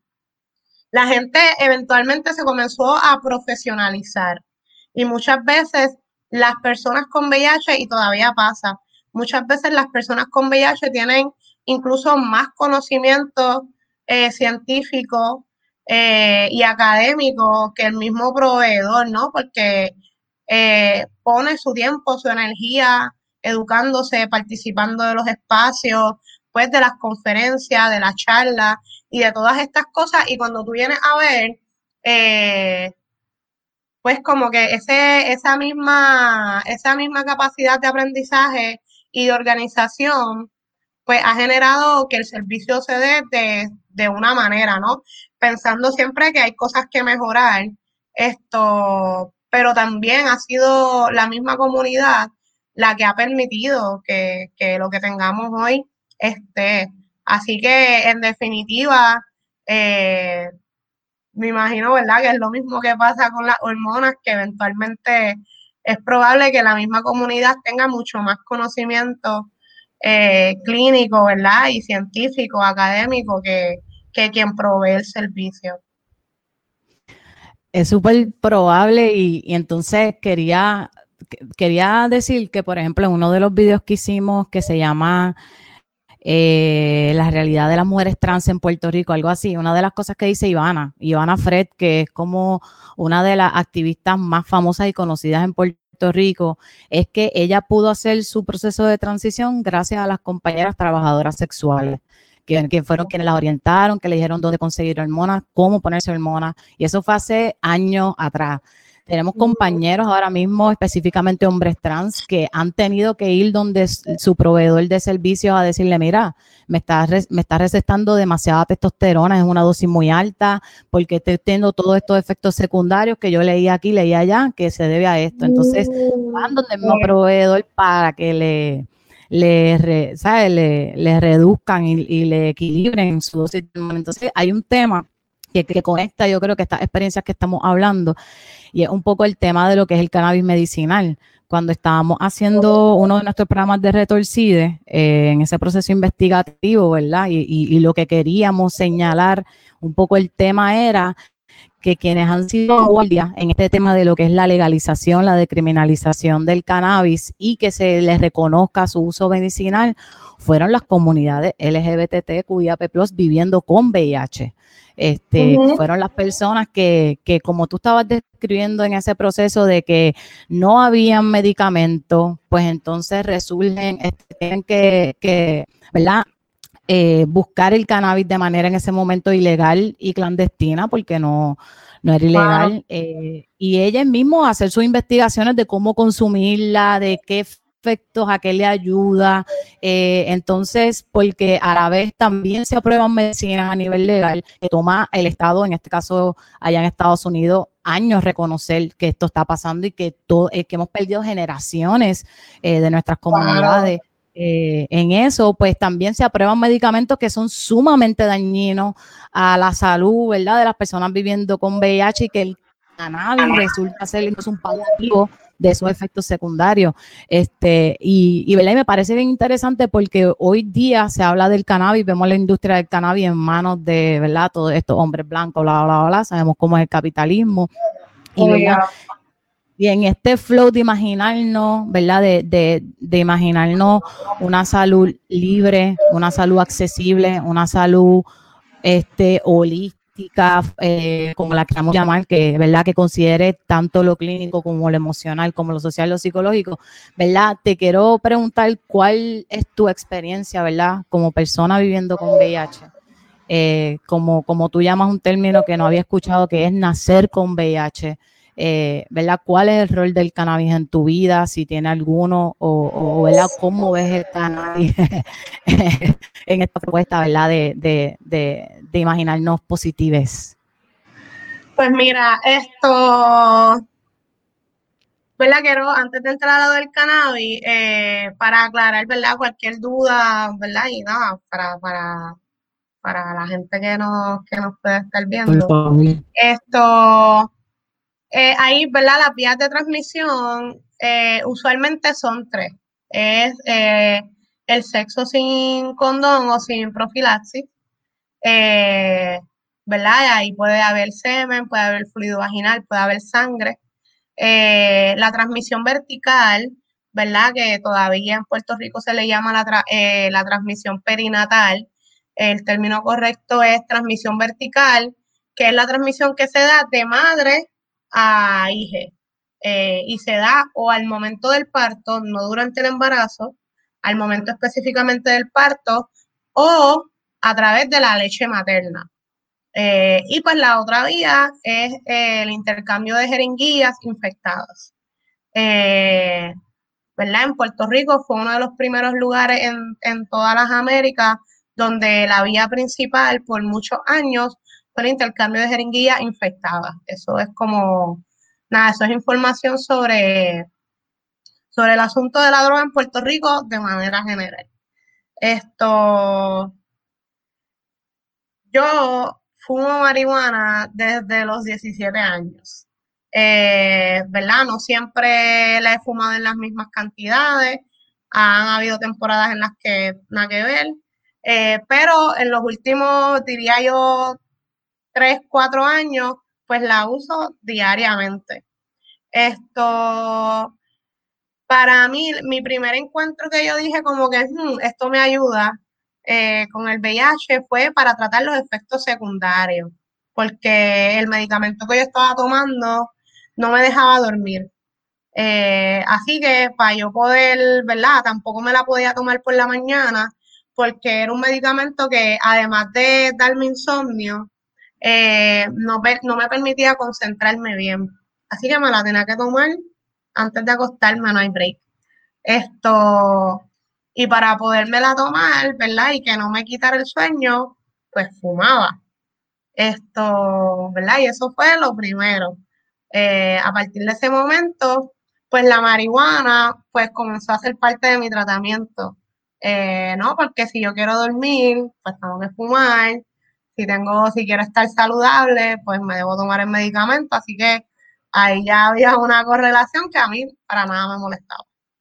la gente eventualmente se comenzó a profesionalizar y muchas veces las personas con V I H, y todavía pasa, muchas veces las personas con V I H tienen incluso más conocimiento eh, científico eh, y académico que el mismo proveedor, ¿no? Porque eh, pone su tiempo, su energía educándose, participando de los espacios, pues de las conferencias, de las charlas y de todas estas cosas. Y cuando tú vienes a ver, eh, pues como que ese, esa, misma, esa misma capacidad de aprendizaje y de organización, pues ha generado que el servicio se dé de, de una manera, ¿no? Pensando siempre que hay cosas que mejorar, esto, pero también ha sido la misma comunidad la que ha permitido que, que lo que tengamos hoy esté. Así que, en definitiva, eh, me imagino, ¿verdad? Que es lo mismo que pasa con las hormonas, que eventualmente es probable que la misma comunidad tenga mucho más conocimiento eh, clínico, ¿verdad? Y científico, académico, que, que quien provee el servicio. Es súper probable y, y entonces quería, quería decir que, por ejemplo, en uno de los videos que hicimos que se llama eh, La realidad de las mujeres trans en Puerto Rico, algo así, una de las cosas que dice Ivana, Ivana Fred, que es como una de las activistas más famosas y conocidas en Puerto Rico, es que ella pudo hacer su proceso de transición gracias a las compañeras trabajadoras sexuales. Que, que fueron quienes las orientaron, que le dijeron dónde conseguir hormonas, cómo ponerse hormonas, y eso fue hace años atrás. Tenemos compañeros ahora mismo, específicamente hombres trans, que han tenido que ir donde su proveedor de servicios a decirle, mira, me está, me está recetando demasiada testosterona, es una dosis muy alta, porque estoy teniendo todos estos efectos secundarios que yo leía aquí, leía allá, que se debe a esto. Entonces, van donde el mismo proveedor para que le... Le, re, ¿sabe? le, le reduzcan y, y le equilibren su dosis. Entonces hay un tema que, que conecta, yo creo que estas experiencias que estamos hablando, y es un poco el tema de lo que es el cannabis medicinal. Cuando estábamos haciendo uno de nuestros programas de Retorcide, eh, en ese proceso investigativo, ¿verdad? Y, y, y lo que queríamos señalar un poco el tema era que quienes han sido guardias en este tema de lo que es la legalización, la decriminalización del cannabis y que se les reconozca su uso medicinal, fueron las comunidades L G B T Q I A P plus, viviendo con V I H. Este, uh-huh. Fueron las personas que, que, como tú estabas describiendo en ese proceso de que no habían medicamentos, pues entonces resurgen, este, tienen que, que ¿verdad? Eh, buscar el cannabis de manera en ese momento ilegal y clandestina, porque no, no era ilegal, wow. eh, y ellas mismas hacer sus investigaciones de cómo consumirla, de qué efectos, a qué le ayuda, eh, entonces, porque a la vez también se aprueban medicinas a nivel legal, que toma el Estado, en este caso allá en Estados Unidos, años reconocer que esto está pasando y que, todo, eh, que hemos perdido generaciones eh, de nuestras comunidades. Wow. Eh, en eso, pues también se aprueban medicamentos que son sumamente dañinos a la salud, ¿verdad? De las personas viviendo con V I H y que el cannabis resulta ser incluso un paliativo de esos efectos secundarios. Este, y, y, ¿verdad? Y me parece bien interesante porque hoy día se habla del cannabis, vemos la industria del cannabis en manos de, ¿verdad? Todos estos hombres blancos, bla, bla, bla, bla, sabemos cómo es el capitalismo. Y, ¿verdad? Y en este flow de imaginarnos, ¿verdad? De, de, de imaginarnos una salud libre, una salud accesible, una salud este, holística, eh, como la queramos llamar, que, ¿verdad? Que considere tanto lo clínico como lo emocional, como lo social, lo psicológico, ¿verdad? Te quiero preguntar cuál es tu experiencia, ¿verdad? Como persona viviendo con V I H. Eh, como, como tú llamas un término que no había escuchado, que es nacer con V I H. Eh, ¿verdad? ¿Cuál es el rol del cannabis en tu vida? Si tiene alguno, o, o ¿verdad? ¿Cómo ves el cannabis en esta propuesta, ¿verdad? De, de, de, de imaginarnos positives. Pues mira, esto, ¿verdad? Quiero, antes de entrar a lo del cannabis, eh, para aclarar, ¿verdad? Cualquier duda, ¿verdad? Y nada, para, para, para la gente que nos, que nos puede estar viendo. Esto, eh, ahí, ¿verdad? Las vías de transmisión eh, usualmente son tres. Es eh, el sexo sin condón o sin profilaxis, eh, ¿verdad? Ahí puede haber semen, puede haber fluido vaginal, puede haber sangre. Eh, la transmisión vertical, ¿verdad? Que todavía en Puerto Rico se le llama la, tra eh, la transmisión perinatal. El término correcto es transmisión vertical, que es la transmisión que se da de madre a hija. Eh, y se da o al momento del parto, no durante el embarazo, al momento específicamente del parto, o a través de la leche materna. Eh, y pues la otra vía es eh, el intercambio de jeringuillas infectadas. Eh, ¿verdad? En Puerto Rico fue uno de los primeros lugares en, en todas las Américas donde la vía principal por muchos años fue el intercambio de jeringuillas infectadas. Eso es como, nada, eso es información sobre, sobre el asunto de la droga en Puerto Rico de manera general. Esto, yo fumo marihuana desde los diecisiete años, eh, ¿verdad? No siempre la he fumado en las mismas cantidades, han habido temporadas en las que nada que ver, eh, pero en los últimos, diría yo, tres, cuatro años, pues la uso diariamente. Esto, para mí, mi primer encuentro que yo dije como que hmm, esto me ayuda eh, con el V I H fue para tratar los efectos secundarios, porque el medicamento que yo estaba tomando no me dejaba dormir. Eh, así que para yo poder, ¿verdad? Tampoco me la podía tomar por la mañana, porque era un medicamento que además de darme insomnio, eh, no, no me permitía concentrarme bien. Así que me la tenía que tomar antes de acostarme, no hay break. Esto, y para podérmela tomar, ¿verdad? Y que no me quitara el sueño, pues fumaba. Esto, ¿verdad? Y eso fue lo primero. Eh, a partir de ese momento, pues la marihuana, pues comenzó a ser parte de mi tratamiento. Eh, ¿no? Porque si yo quiero dormir, pues tengo que fumar. Si tengo, si quiero estar saludable, pues me debo tomar el medicamento. Así que ahí ya había una correlación que a mí para nada me molestaba.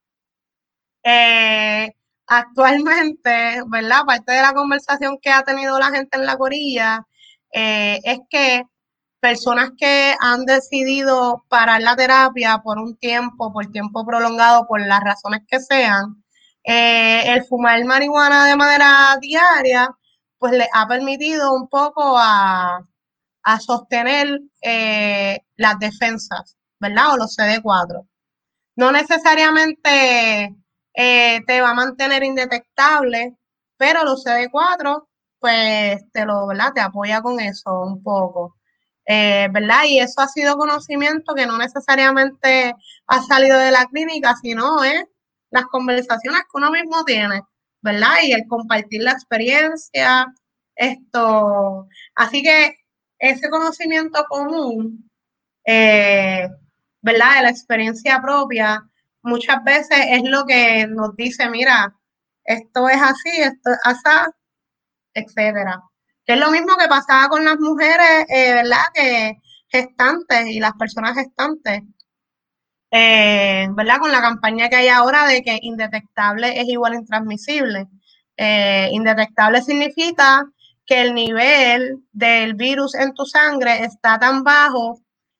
Eh, actualmente, ¿verdad? Parte de la conversación que ha tenido la gente en la corilla eh, es que personas que han decidido parar la terapia por un tiempo, por tiempo prolongado, por las razones que sean, eh, el fumar marihuana de manera diaria, pues les ha permitido un poco a, a sostener eh, las defensas, ¿verdad? O los C D cuatro. No necesariamente eh, te va a mantener indetectable, pero los C D cuatro, pues te lo, ¿verdad? Te apoya con eso un poco, eh, ¿verdad? Y eso ha sido conocimiento que no necesariamente ha salido de la clínica, sino es eh, las conversaciones que uno mismo tiene, ¿verdad? Y el compartir la experiencia, esto. Así que ese conocimiento común, eh, ¿verdad? De la experiencia propia, muchas veces es lo que nos dice, mira, esto es así, esto es así, etcétera. Que es lo mismo que pasaba con las mujeres, eh, ¿verdad? Que gestantes y las personas gestantes, eh, ¿verdad? Con la campaña que hay ahora de que indetectable es igual a intransmisible. Eh, indetectable significa que el nivel del virus en tu sangre está tan bajo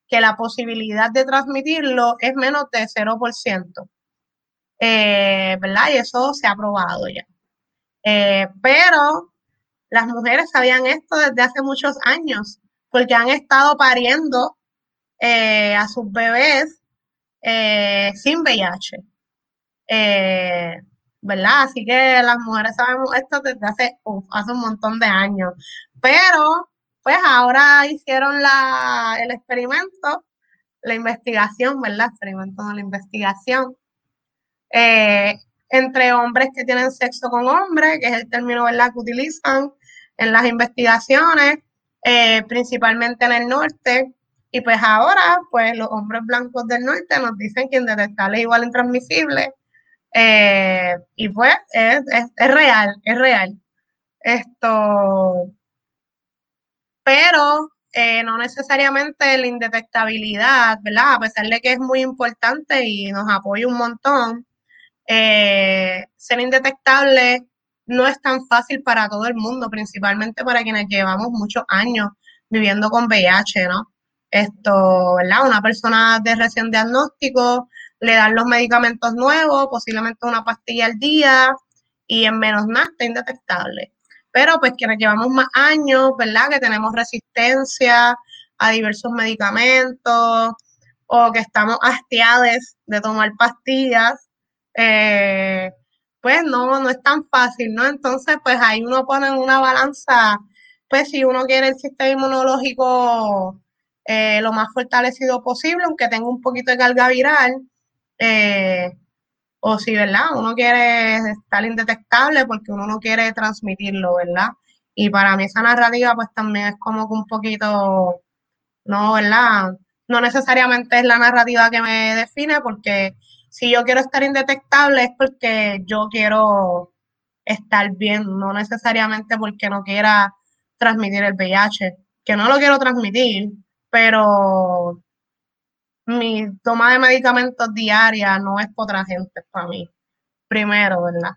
que la posibilidad de transmitirlo es menos de cero por ciento, eh, ¿verdad? Y eso se ha probado ya. Eh, pero las mujeres sabían esto desde hace muchos años, porque han estado pariendo eh, a sus bebés eh, sin V I H. Eh, ¿verdad? Así que las mujeres sabemos esto desde hace, uf, hace un montón de años. Pero, pues ahora hicieron la, el experimento, la investigación, ¿verdad? Experimento de la investigación. Eh, entre hombres que tienen sexo con hombres, que es el término, ¿verdad?, que utilizan en las investigaciones, eh, principalmente en el norte. Y pues ahora, pues los hombres blancos del norte nos dicen que indetectable es igual a intransmisible. Eh, y pues es, es, es real, es real. Esto, pero eh, no necesariamente la indetectabilidad, ¿verdad? A pesar de que es muy importante y nos apoya un montón, eh, ser indetectable no es tan fácil para todo el mundo, principalmente para quienes llevamos muchos años viviendo con V I H, ¿no? Esto, ¿verdad? Una persona de recién diagnóstico, le dan los medicamentos nuevos, posiblemente una pastilla al día, y en menos nada está indetectable. Pero pues quienes llevamos más años, ¿verdad? Que tenemos resistencia a diversos medicamentos o que estamos hastiados de tomar pastillas, eh, pues no, no es tan fácil, ¿no? Entonces, pues ahí uno pone en una balanza, pues si uno quiere el sistema inmunológico eh, lo más fortalecido posible, aunque tenga un poquito de carga viral, eh, o si, ¿verdad? Uno quiere estar indetectable porque uno no quiere transmitirlo, ¿verdad? Y para mí esa narrativa pues también es como que un poquito, no, ¿verdad? No necesariamente es la narrativa que me define, porque si yo quiero estar indetectable es porque yo quiero estar bien, no necesariamente porque no quiera transmitir el V I H, que no lo quiero transmitir, pero mi toma de medicamentos diaria no es para otra gente, es para mí, primero, ¿verdad?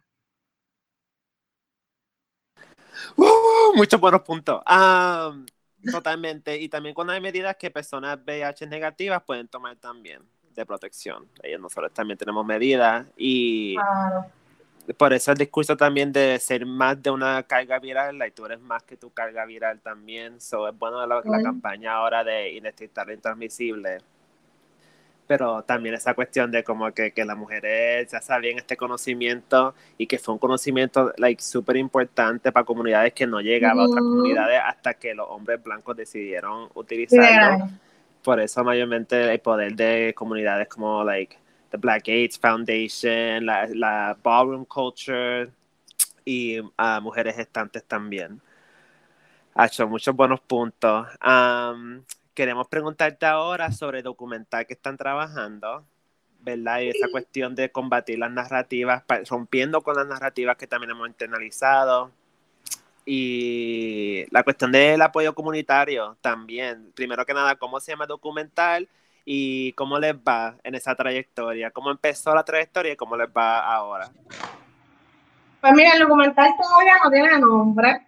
Uh, muchos buenos puntos. Um, totalmente. Y también cuando hay medidas que personas V I H negativas pueden tomar también de protección. Ellos nosotros también tenemos medidas y Claro. por eso el discurso también de ser más de una carga viral, like, tú eres más que tu carga viral también. So, es bueno la, la campaña ahora de indetectable intransmisible. Pero también esa cuestión de como que, que las mujeres ya sabían este conocimiento y que fue un conocimiento like súper importante para comunidades que no llegaba a otras comunidades hasta que los hombres blancos decidieron utilizarlo. Yeah. Por eso mayormente el poder de comunidades como like the Black AIDS Foundation, la, la ballroom culture y uh, mujeres gestantes también. Ha hecho muchos buenos puntos. Um, queremos preguntarte ahora sobre el documental que están trabajando, ¿verdad? Y esa cuestión de combatir las narrativas, rompiendo con las narrativas que también hemos internalizado. Y la cuestión del apoyo comunitario también. Primero que nada, ¿cómo se llama el documental? Y cómo les va en esa trayectoria. ¿Cómo empezó la trayectoria y cómo les va ahora? Pues mira, el documental todavía no tiene nombre.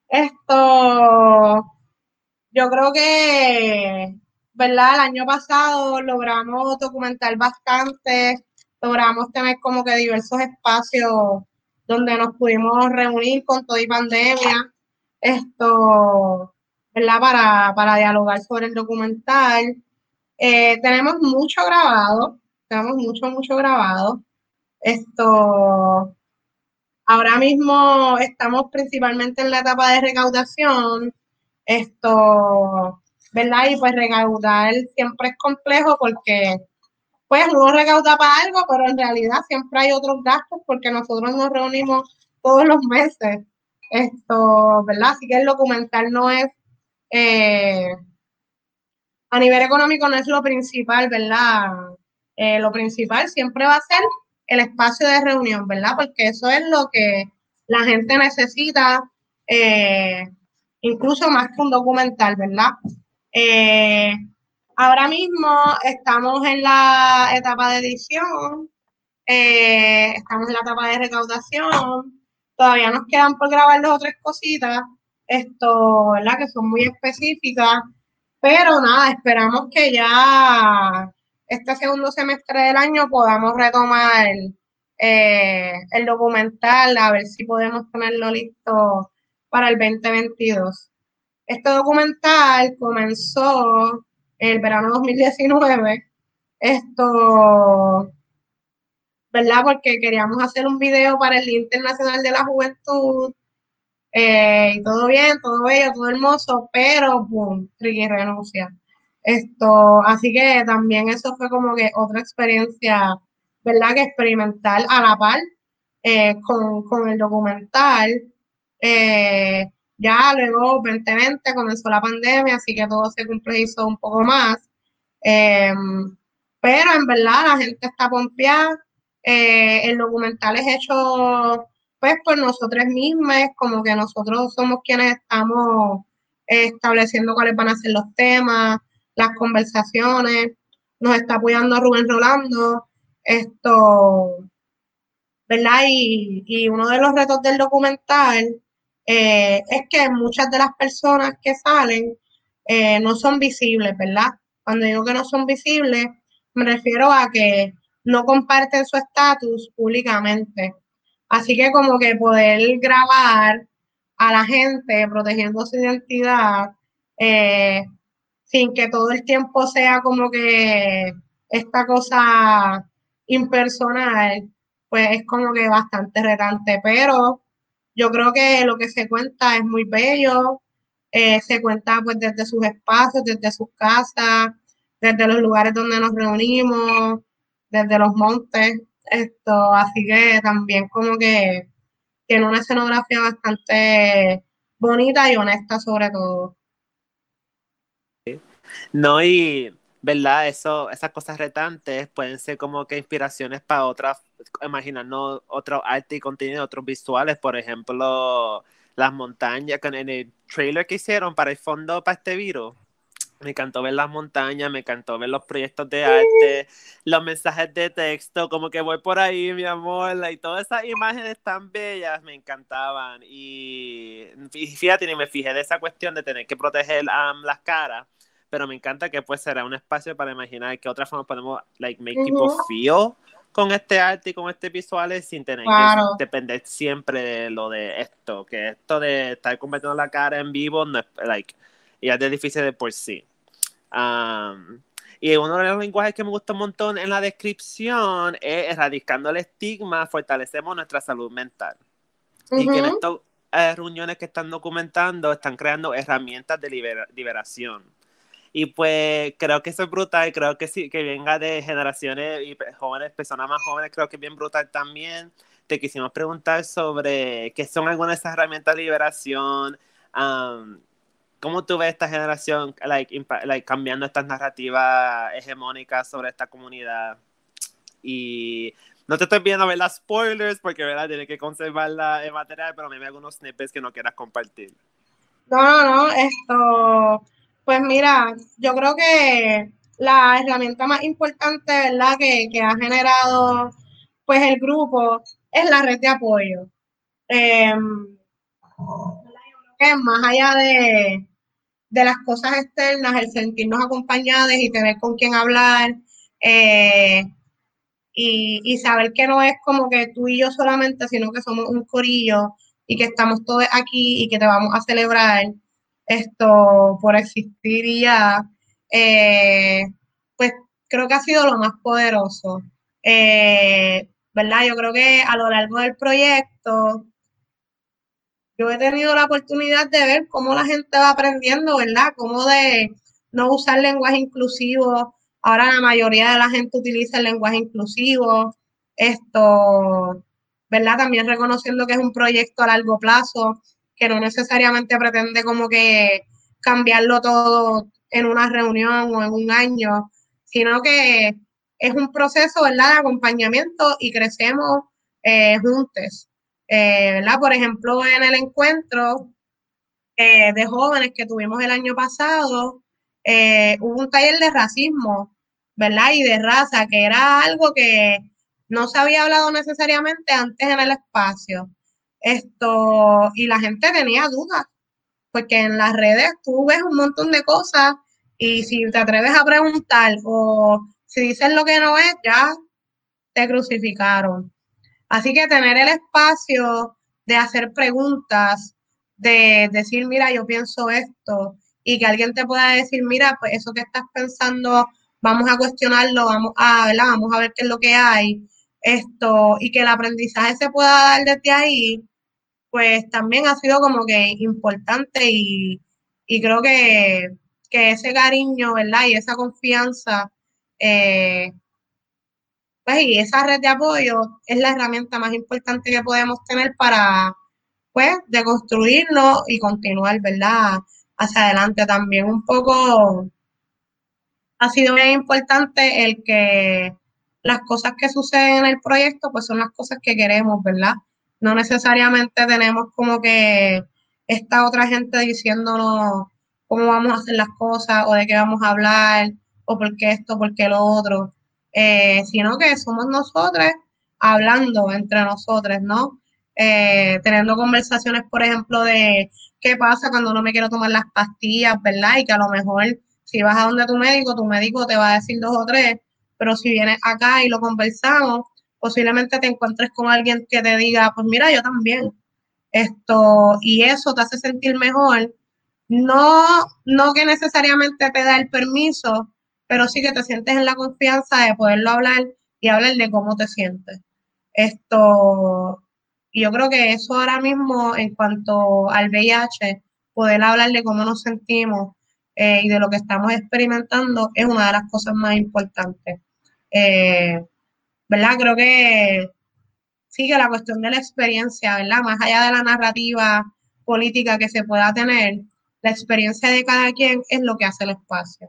Esto, yo creo que, ¿verdad? El año pasado logramos documentar bastante, logramos tener como que diversos espacios donde nos pudimos reunir con todo y pandemia, esto, ¿verdad? Para, para dialogar sobre el documental. Eh, tenemos mucho grabado, tenemos mucho, mucho grabado. Esto, ahora mismo estamos principalmente en la etapa de recaudación, esto, ¿verdad? Y pues recaudar siempre es complejo porque pues uno recauda para algo, pero en realidad siempre hay otros gastos porque nosotros nos reunimos todos los meses, esto, ¿verdad? Así que el documental no es, eh, a nivel económico no es lo principal, ¿verdad? Eh, lo principal siempre va a ser el espacio de reunión, ¿verdad? Porque eso es lo que la gente necesita, eh, incluso más que un documental, ¿verdad? Eh, ahora mismo estamos en la etapa de edición, eh, estamos en la etapa de recaudación, todavía nos quedan por grabar dos o tres cositas, esto, ¿verdad? Que son muy específicas. Pero nada, esperamos que ya este segundo semestre del año podamos retomar eh, el documental, a ver si podemos tenerlo listo para el veinte veintidós. Este documental comenzó en el verano dos mil diecinueve, esto, ¿verdad? Porque queríamos hacer un video para el Día Internacional de la Juventud, eh, y todo bien, todo bello, todo hermoso, pero boom, Ricky renuncia. Esto, así que también eso fue como que otra experiencia, ¿verdad? Que experimental a la par eh, con, con el documental. Eh, ya luego veinte veinte comenzó la pandemia, así que todo se complejizó un poco más. Eh, pero en verdad la gente está pompeada. Eh, el documental es hecho pues por nosotros mismos, como que nosotros somos quienes estamos eh, estableciendo cuáles van a ser los temas, las conversaciones. Nos está apoyando Rubén Rolando. Esto, ¿verdad? Y, y uno de los retos del documental eh, es que muchas de las personas que salen eh, no son visibles, ¿verdad? Cuando digo que no son visibles, me refiero a que no comparten su estatus públicamente. Así que como que poder grabar a la gente protegiendo su identidad eh, sin que todo el tiempo sea como que esta cosa impersonal, pues es como que bastante retante, pero yo creo que lo que se cuenta es muy bello, eh, se cuenta pues desde sus espacios, desde sus casas, desde los lugares donde nos reunimos, desde los montes, esto, así que también como que tiene una escenografía bastante bonita y honesta sobre todo. No, y, ¿verdad? Eso, esas cosas retantes pueden ser como que inspiraciones para otras, imaginarnos otro arte y contenido, otros visuales, por ejemplo, las montañas, con en el trailer que hicieron para el fondo, para este virus. Me encantó ver las montañas, me encantó ver los proyectos de arte, los mensajes de texto, como que voy por ahí, mi amor, y todas esas imágenes tan bellas me encantaban. Y, y fíjate, ni me fijé de esa cuestión de tener que proteger um, las caras, pero me encanta que pues será un espacio para imaginar qué otra forma podemos like make people Uh-huh. feel con este arte y con este visuales sin tener que Claro. depender siempre de lo de esto, que esto de estar convirtiendo la cara en vivo no es like ya es difícil de por sí. Um, y uno de los lenguajes que me gusta un montón en la descripción es erradicando el estigma, fortalecemos nuestra salud mental. Uh-huh. Y que en estas eh, reuniones que están documentando están creando herramientas de libera liberación. Y pues creo que eso es brutal, creo que sí, que venga de generaciones y jóvenes, personas más jóvenes, creo que es bien brutal también. Te quisimos preguntar sobre qué son algunas de esas herramientas de liberación, um, ¿cómo tú ves esta generación like, impa- like, cambiando estas narrativas hegemónicas sobre esta comunidad? Y no te estoy viendo ver las spoilers porque ¿verdad? Tienes que conservar el material, pero a mí me hay algunos snippets que no quieras compartir. No, no, no, esto, pues mira, yo creo que la herramienta más importante, ¿verdad? Que, que ha generado pues el grupo es la red de apoyo. Eh, que más allá de, de las cosas externas, el sentirnos acompañados y tener con quién hablar, eh, y, y saber que no es como que tú y yo solamente, sino que somos un corillo y que estamos todos aquí y que te vamos a celebrar esto por existir y ya, eh, pues creo que ha sido lo más poderoso. Eh, ¿Verdad? Yo creo que a lo largo del proyecto yo he tenido la oportunidad de ver cómo la gente va aprendiendo, ¿verdad? Cómo de no usar lenguaje inclusivo. Ahora la mayoría de la gente utiliza el lenguaje inclusivo. Esto, ¿verdad? También reconociendo que es un proyecto a largo plazo, que no necesariamente pretende como que cambiarlo todo en una reunión o en un año, sino que es un proceso, ¿verdad? De acompañamiento y crecemos eh, juntos. Eh, ¿verdad? Por ejemplo, en el encuentro eh, de jóvenes que tuvimos el año pasado, eh, hubo un taller de racismo, ¿verdad? Y de raza, que era algo que no se había hablado necesariamente antes en el espacio. Esto, y la gente tenía dudas, porque en las redes tú ves un montón de cosas Y si te atreves a preguntar o si dices lo que no es, ya te crucificaron. Así que tener el espacio de hacer preguntas, de decir, mira, yo pienso esto, y que alguien te pueda decir, mira, pues eso que estás pensando, vamos a cuestionarlo, vamos a, ¿verdad? Vamos a ver qué es lo que hay, esto, y que el aprendizaje se pueda dar desde ahí, pues también ha sido como que importante y, y creo que, que ese cariño, ¿verdad? Y esa confianza, eh, pues, y esa red de apoyo es la herramienta más importante que podemos tener para, pues, deconstruirnos y continuar, ¿verdad? Hacia adelante también un poco ha sido bien importante el que las cosas que suceden en el proyecto, pues son las cosas que queremos, ¿verdad? No necesariamente tenemos como que esta otra gente diciéndonos cómo vamos a hacer las cosas o de qué vamos a hablar o por qué esto, por qué lo otro, eh, sino que somos nosotros hablando entre nosotros, ¿no? Eh, teniendo conversaciones, por ejemplo, de qué pasa cuando no me quiero tomar las pastillas, ¿verdad? Y que a lo mejor si vas a donde tu médico, tu médico te va a decir dos o tres, pero si vienes acá y lo conversamos, posiblemente te encuentres con alguien que te diga, pues mira, yo también. Esto, y eso te hace sentir mejor. No, no que necesariamente te da el permiso, pero sí que te sientes en la confianza de poderlo hablar y hablar de cómo te sientes. Esto, y yo creo que eso ahora mismo, en cuanto al V I H, poder hablar de cómo nos sentimos eh, y de lo que estamos experimentando, es una de las cosas más importantes. Eh, ¿Verdad? Creo que sí, que la cuestión de la experiencia, ¿verdad? Más allá de la narrativa política que se pueda tener, la experiencia de cada quien es lo que hace el espacio.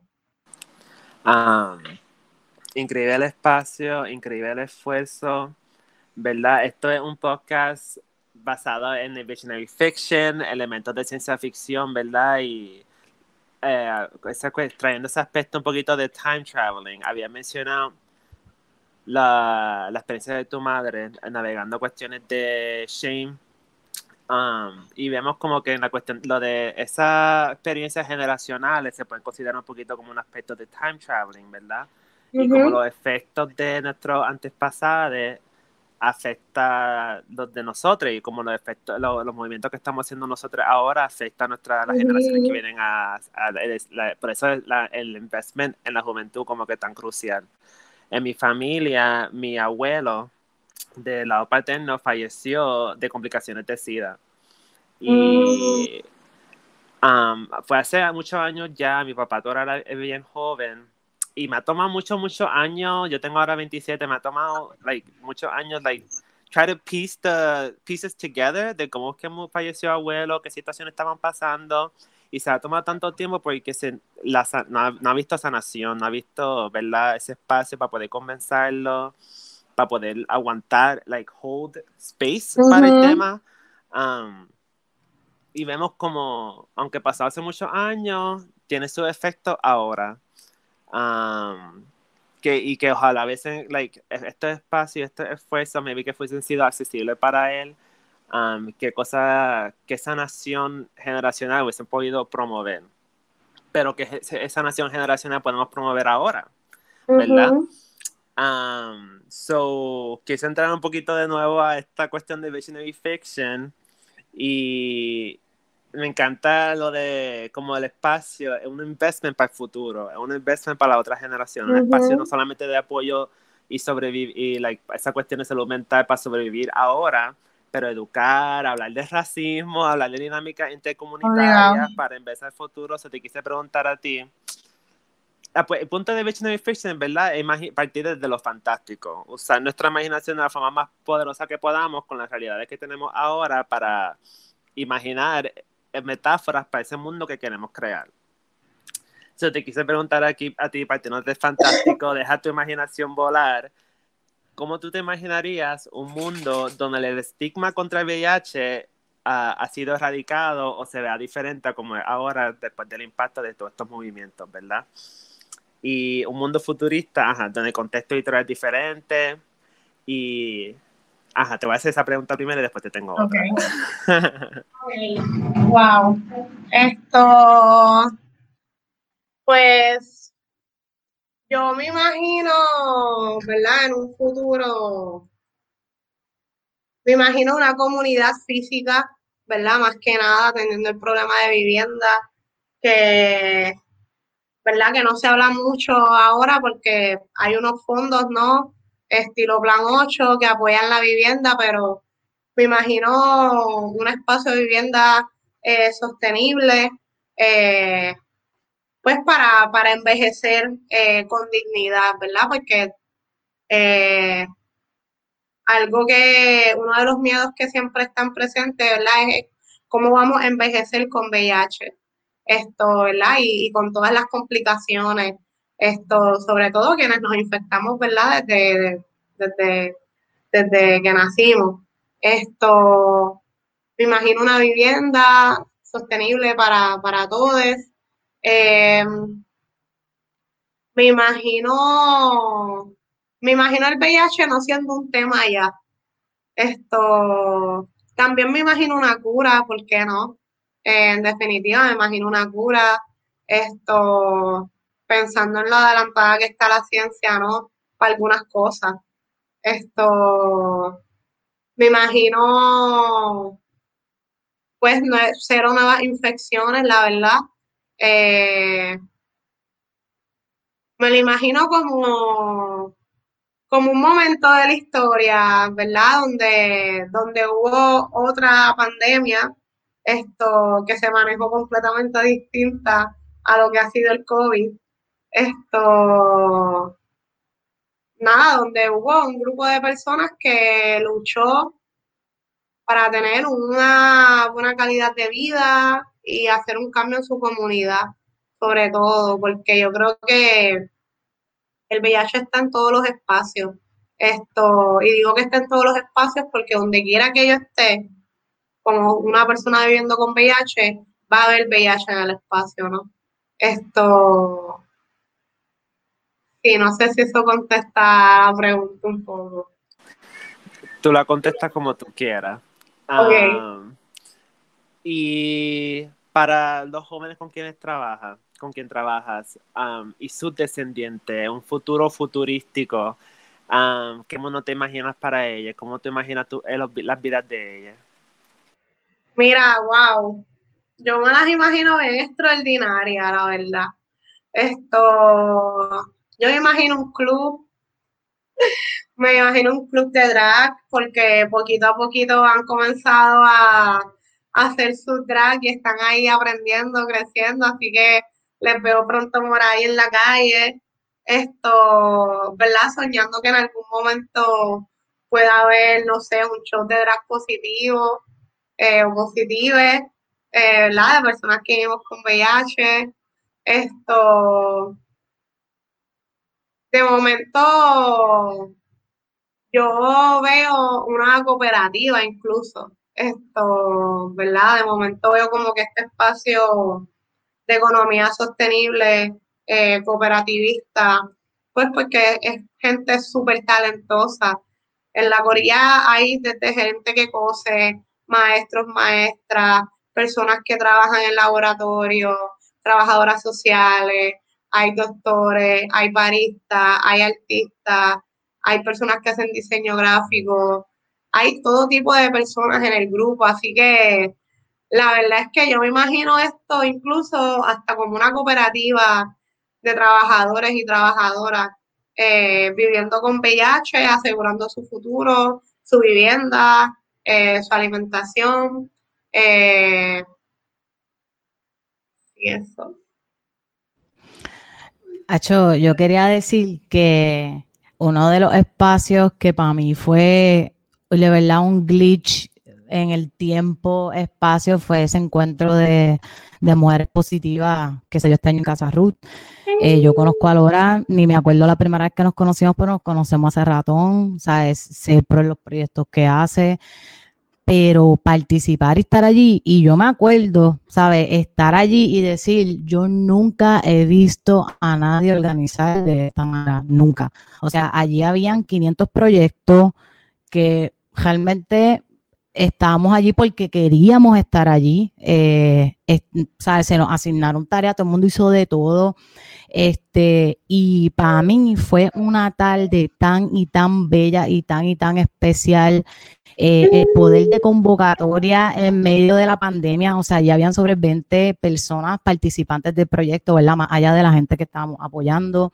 Um, increíble el espacio, increíble el esfuerzo, ¿verdad? Esto es un podcast basado en el visionary fiction, elementos de ciencia ficción, ¿verdad? Y eh, ese, trayendo ese aspecto un poquito de time traveling. Había mencionado la, la experiencia de tu madre navegando cuestiones de shame. Um, y vemos como que en la cuestión, lo de esas experiencias generacionales se pueden considerar un poquito como un aspecto de time traveling, ¿verdad? Y como Uh-huh. los efectos de nuestros antepasados afecta los de nosotros y como los efectos, los, los movimientos que estamos haciendo nosotros ahora afectan a nuestras las Uh-huh. generaciones que vienen a, a, a la, por eso la, el investment en la juventud como que tan crucial. En mi familia, mi abuelo del lado paterno falleció de complicaciones de SIDA. Y um, fue hace muchos años ya, mi papá todavía era bien joven. Y me ha tomado muchos, muchos años. Yo tengo ahora veintisiete. Me ha tomado, like, muchos años, like, try to piece the pieces together de cómo es que falleció abuelo, qué situaciones estaban pasando. Y se ha tomado tanto tiempo porque se, la, no, ha, no ha visto sanación, no ha visto, ¿verdad? Ese espacio para poder convencerlo, para poder aguantar, like, hold space uh-huh. para el tema. Um, y vemos como, aunque pasó hace muchos años, tiene su efecto ahora. Um, que, y que ojalá a veces, like, este espacio, este esfuerzo, maybe que fuesen sido accesible para él, um, que cosa, que esa nación generacional hubiesen podido promover, pero que esa nación generacional podemos promover ahora, ¿verdad? Uh-huh. Um, so, quise entrar un poquito de nuevo a esta cuestión de visionary fiction y me encanta lo de como el espacio es un investment para el futuro, es un investment para la otra generación, uh-huh. un espacio no solamente de apoyo y sobrevivir y like, esa cuestión de salud mental para sobrevivir ahora, pero educar, hablar de racismo, hablar de dinámicas intercomunitarias oh, yeah. para empezar el futuro. O sea, te quise preguntar a ti, ah, pues, el punto de visionary fiction, ¿verdad? Es partir desde lo fantástico, usar nuestra imaginación de la forma más poderosa que podamos con las realidades que tenemos ahora para imaginar metáforas para ese mundo que queremos crear. So, te quise preguntar aquí a ti, partiendo de fantástico, deja tu imaginación volar. ¿Cómo tú te imaginarías un mundo donde el estigma contra el V I H uh, ha sido erradicado o se vea diferente a como es ahora después del impacto de todos estos movimientos, ¿verdad? Y un mundo futurista, ajá, donde el contexto editorial es diferente y... Ajá, te voy a hacer esa pregunta primero y después te tengo otra. Okay. Okay. Wow. Esto... Pues yo me imagino, ¿verdad? En un futuro, me imagino una comunidad física, ¿verdad? Más que nada, teniendo el problema de vivienda, que, ¿verdad? Que no se habla mucho ahora porque hay unos fondos, ¿no? Estilo Plan ocho que apoyan la vivienda, pero me imagino un espacio de vivienda eh, sostenible, eh, pues para, para envejecer eh, con dignidad, ¿verdad? Porque eh, algo que, uno de los miedos que siempre están presentes, ¿verdad? Es cómo vamos a envejecer con V I H. Esto, ¿verdad? Y, y con todas las complicaciones, esto, sobre todo quienes nos infectamos, ¿verdad? Desde, desde, desde que nacimos. Esto, me imagino una vivienda sostenible para, para todos. Eh, me imagino, me imagino el V I H no siendo un tema ya. Esto, también me imagino una cura, ¿por qué no? Eh, en definitiva, me imagino una cura. Esto, pensando en lo adelantada que está la ciencia, ¿no? Para algunas cosas. Esto, me imagino, pues, no, cero nuevas infecciones, la verdad. Eh, me lo imagino como como un momento de la historia, ¿verdad? Donde, donde hubo otra pandemia, esto que se manejó completamente distinta a lo que ha sido el COVID. Esto, nada, donde hubo un grupo de personas que luchó para tener una buena calidad de vida y hacer un cambio en su comunidad, sobre todo, porque yo creo que el V I H está en todos los espacios. Esto, y digo que está en todos los espacios porque donde quiera que yo esté, como una persona viviendo con V I H, va a haber V I H en el espacio, ¿no? Esto, sí, no sé si eso contesta la pregunta un poco. Tú la contestas como tú quieras. Ok. Um, y para los jóvenes con quienes trabajas, con quien trabajas, um, y sus descendientes, un futuro futurístico, um, ¿cómo no te imaginas para ellas? ¿Cómo te imaginas tú, eh, los, las vidas de ellas? Mira, wow. Yo me las imagino extraordinarias, la verdad. Esto, yo me imagino un club, me imagino un club de drag, porque poquito a poquito han comenzado a, a hacer su drag y están ahí aprendiendo, creciendo, así que les veo pronto por ahí en la calle, esto, ¿verdad? Soñando que en algún momento pueda haber, no sé, un show de drag positivo eh, o positive, eh, ¿verdad? De personas que vivimos con V I H, esto, de momento yo veo una cooperativa incluso, esto, ¿verdad? De momento veo como que este espacio de economía sostenible, eh, cooperativista, pues porque es gente súper talentosa. En la Corilla hay desde gente que cose, maestros, maestras, personas que trabajan en laboratorio, trabajadoras sociales, hay doctores, hay baristas, hay artistas, hay personas que hacen diseño gráfico, hay todo tipo de personas en el grupo, así que la verdad es que yo me imagino esto incluso hasta como una cooperativa de trabajadores y trabajadoras eh, viviendo con V I H, asegurando su futuro, su vivienda, eh, su alimentación eh, y eso. Acho, yo quería decir que uno de los espacios que para mí fue de verdad un glitch en el tiempo, espacio, fue ese encuentro de, de mujeres positivas que se dio este año en Casa Ruth. Eh, yo conozco a Laura, ni me acuerdo la primera vez que nos conocimos, pero nos conocemos hace ratón, ¿sabes? Sé por los proyectos que hace, pero participar y estar allí, y yo me acuerdo, ¿sabes? Estar allí y decir, yo nunca he visto a nadie organizar de esta manera, nunca. O sea, allí habían quinientos proyectos que realmente estábamos allí porque queríamos estar allí. Eh, Es, ¿sabes? Se nos asignaron tareas, todo el mundo hizo de todo. Este, y para mí fue una tarde tan y tan bella y tan y tan especial. Eh, el poder de convocatoria en medio de la pandemia, o sea, ya habían sobre veinte personas participantes del proyecto, ¿verdad? Más allá de la gente que estábamos apoyando,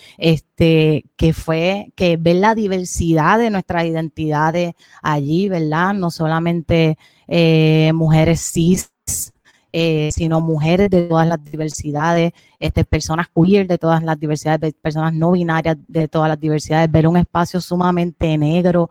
este, que fue que ver la diversidad de nuestras identidades allí, ¿verdad? No solamente eh, mujeres cis, Eh, sino mujeres de todas las diversidades, este, personas queer de todas las diversidades, personas no binarias de todas las diversidades, ver un espacio sumamente negro,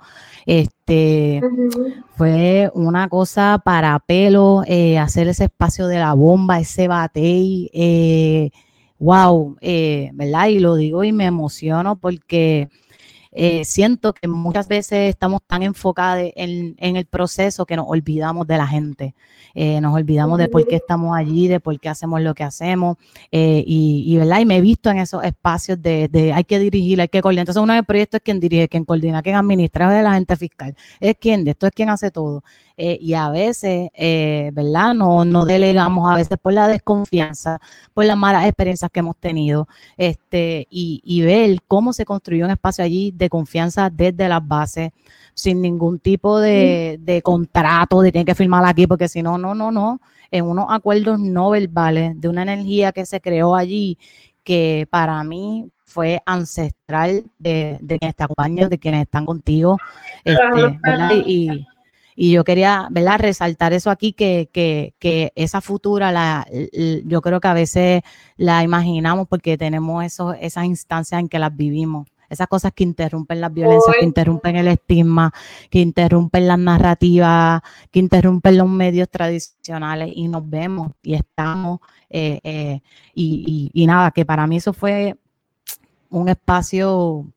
este, uh-huh. Fue una cosa para pelo, eh, hacer ese espacio de la bomba, ese batey, eh, wow, eh, ¿verdad? Y lo digo y me emociono porque Eh, siento que muchas veces estamos tan enfocados en, en el proceso que nos olvidamos de la gente, eh, nos olvidamos de por qué estamos allí, de por qué hacemos lo que hacemos, eh, y, y, ¿verdad? Y me he visto en esos espacios de, de hay que dirigir, hay que coordinar. Entonces uno del proyecto es quien dirige, quien coordina, quien administra, es el agente fiscal, es quien, de esto es quien hace todo. Eh, y a veces, eh, ¿verdad? No, no delegamos, a veces por la desconfianza, por las malas experiencias que hemos tenido, este, y, y ver cómo se construyó un espacio allí de confianza desde las bases, sin ningún tipo de, de contrato, de tienen que firmar aquí, porque si no, no, no, no, en unos acuerdos no verbales, de una energía que se creó allí, que para mí fue ancestral de, de quienes te acompañan, de quienes están contigo, este, ¿verdad? Y, y yo quería, ¿verdad?, resaltar eso aquí, que, que, que esa futura, la, yo creo que a veces la imaginamos porque tenemos esos, esas instancias en que las vivimos. Esas cosas que interrumpen las violencias, que interrumpen el estigma, que interrumpen las narrativas, que interrumpen los medios tradicionales, y nos vemos y estamos. Eh, eh, y, y, y nada, que para mí eso fue un espacio,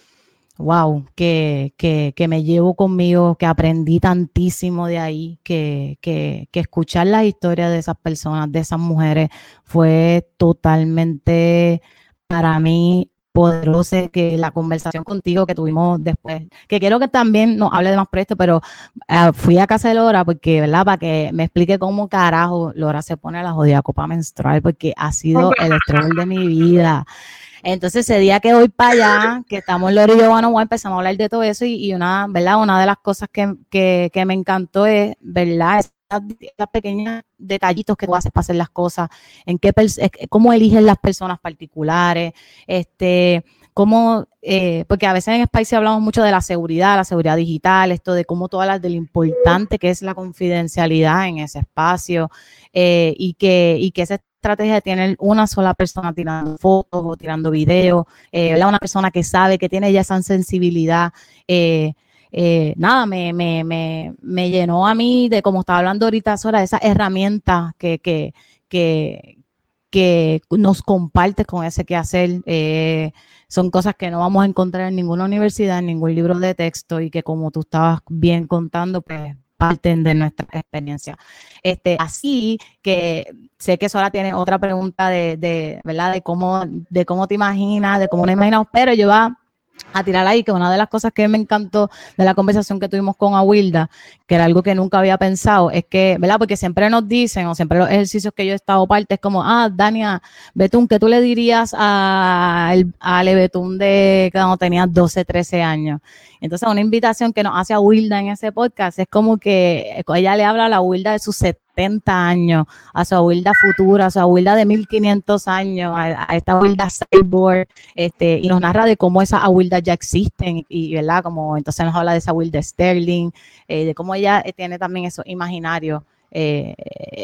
wow, que, que, que me llevo conmigo, que aprendí tantísimo de ahí, que, que, que escuchar las historias de esas personas, de esas mujeres, fue totalmente para mí poderoso, que la conversación contigo que tuvimos después, que quiero que también nos hable de más proyectos, pero uh, fui a casa de Lora porque, ¿verdad?, para que me explique cómo carajo Lora se pone la jodida copa menstrual, porque ha sido el estrés de mi vida. Entonces, ese día que voy para allá, que estamos Lora y yo, bueno, empezamos a hablar de todo eso, y, y una, ¿verdad?, una de las cosas que, que, que me encantó es, ¿verdad?, esas pequeños detallitos que tú haces para hacer las cosas, en qué, cómo eliges las personas particulares, este, cómo, eh, porque a veces en Spicy hablamos mucho de la seguridad, la seguridad digital, esto de cómo tú hablas de lo importante que es la confidencialidad en ese espacio, eh, y que, y que esa estrategia de tener una sola persona tirando fotos o tirando videos, eh, una persona que sabe, que tiene ya esa sensibilidad, eh, Eh, nada, me, me, me, me llenó a mí de, como estaba hablando ahorita, Sora, de esas herramientas que, que, que, que nos compartes con ese quehacer. Eh, son cosas que no vamos a encontrar en ninguna universidad, en ningún libro de texto, y que, como tú estabas bien contando, pues parten de nuestra experiencia. Este, así que sé que Sora tiene otra pregunta de, de, ¿verdad?, de cómo, de cómo te imaginas, de cómo nos imaginamos, pero yo va a tirar ahí que una de las cosas que me encantó de la conversación que tuvimos con Awilda, que era algo que nunca había pensado, es que, ¿verdad?, porque siempre nos dicen, o siempre los ejercicios que yo he estado parte, es como, ah, Dania, Betún, ¿qué tú le dirías a, el, a Ale Betún de cuando tenía doce, trece años? Entonces, una invitación que nos hace Awilda en ese podcast es como que ella le habla a la Awilda de sus setenta años, a su Awilda futura, a su Awilda de mil quinientos años, a, a esta Awilda cyborg, este, y nos narra de cómo esas Awildas ya existen, y, ¿verdad?, como entonces nos habla de esa Awilda Sterling, eh, de cómo ella eh, tiene también esos imaginarios, eh,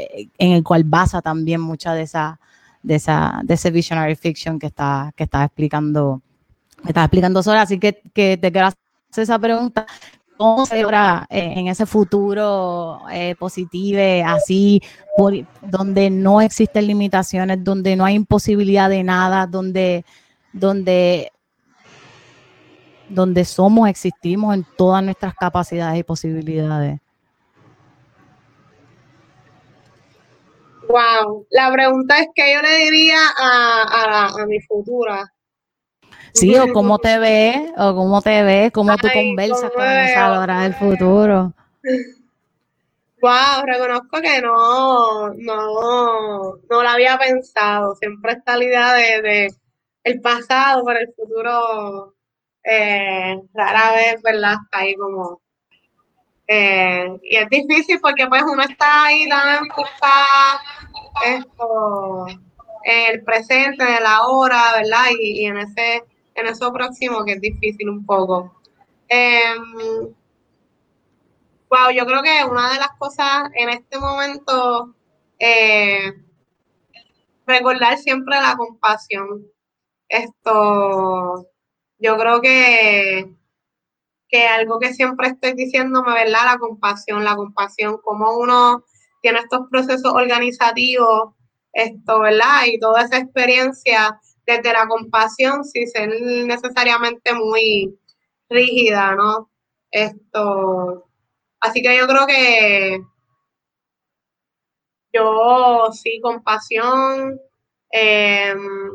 en el cual basa también mucha de esa, de esa, de ese visionary fiction que está, que está explicando, que está explicando Sora. Así que, que te quiero hacer esa pregunta: ¿cómo se logra eh, en ese futuro eh, positivo, así, por, donde no existen limitaciones, donde no hay imposibilidad de nada, donde, donde, donde somos, existimos en todas nuestras capacidades y posibilidades? Wow, la pregunta es qué yo le diría a, a, a mi futura. Sí, o cómo te ves, o cómo te ves, cómo tú Ay, conversas con esa Lora del futuro. Wow, reconozco que no, no, no lo había pensado. Siempre está la idea de, de el pasado, pero el futuro eh, rara vez, ¿verdad? Está ahí como... eh, y es difícil porque pues uno está ahí tan enfocado esto, en el presente, en el ahora, ¿verdad? Y, y en ese, en eso próximo que es difícil un poco. Em, wow, yo creo que una de las cosas en este momento, eh, recordar siempre la compasión. Esto, yo creo que, que algo que siempre estoy diciéndome, ¿verdad? La compasión, la compasión, cómo uno tiene estos procesos organizativos, esto, ¿verdad? Y toda esa experiencia desde la compasión, sin ser necesariamente muy rígida, ¿no? Esto, así que yo creo que yo sí, compasión, eh,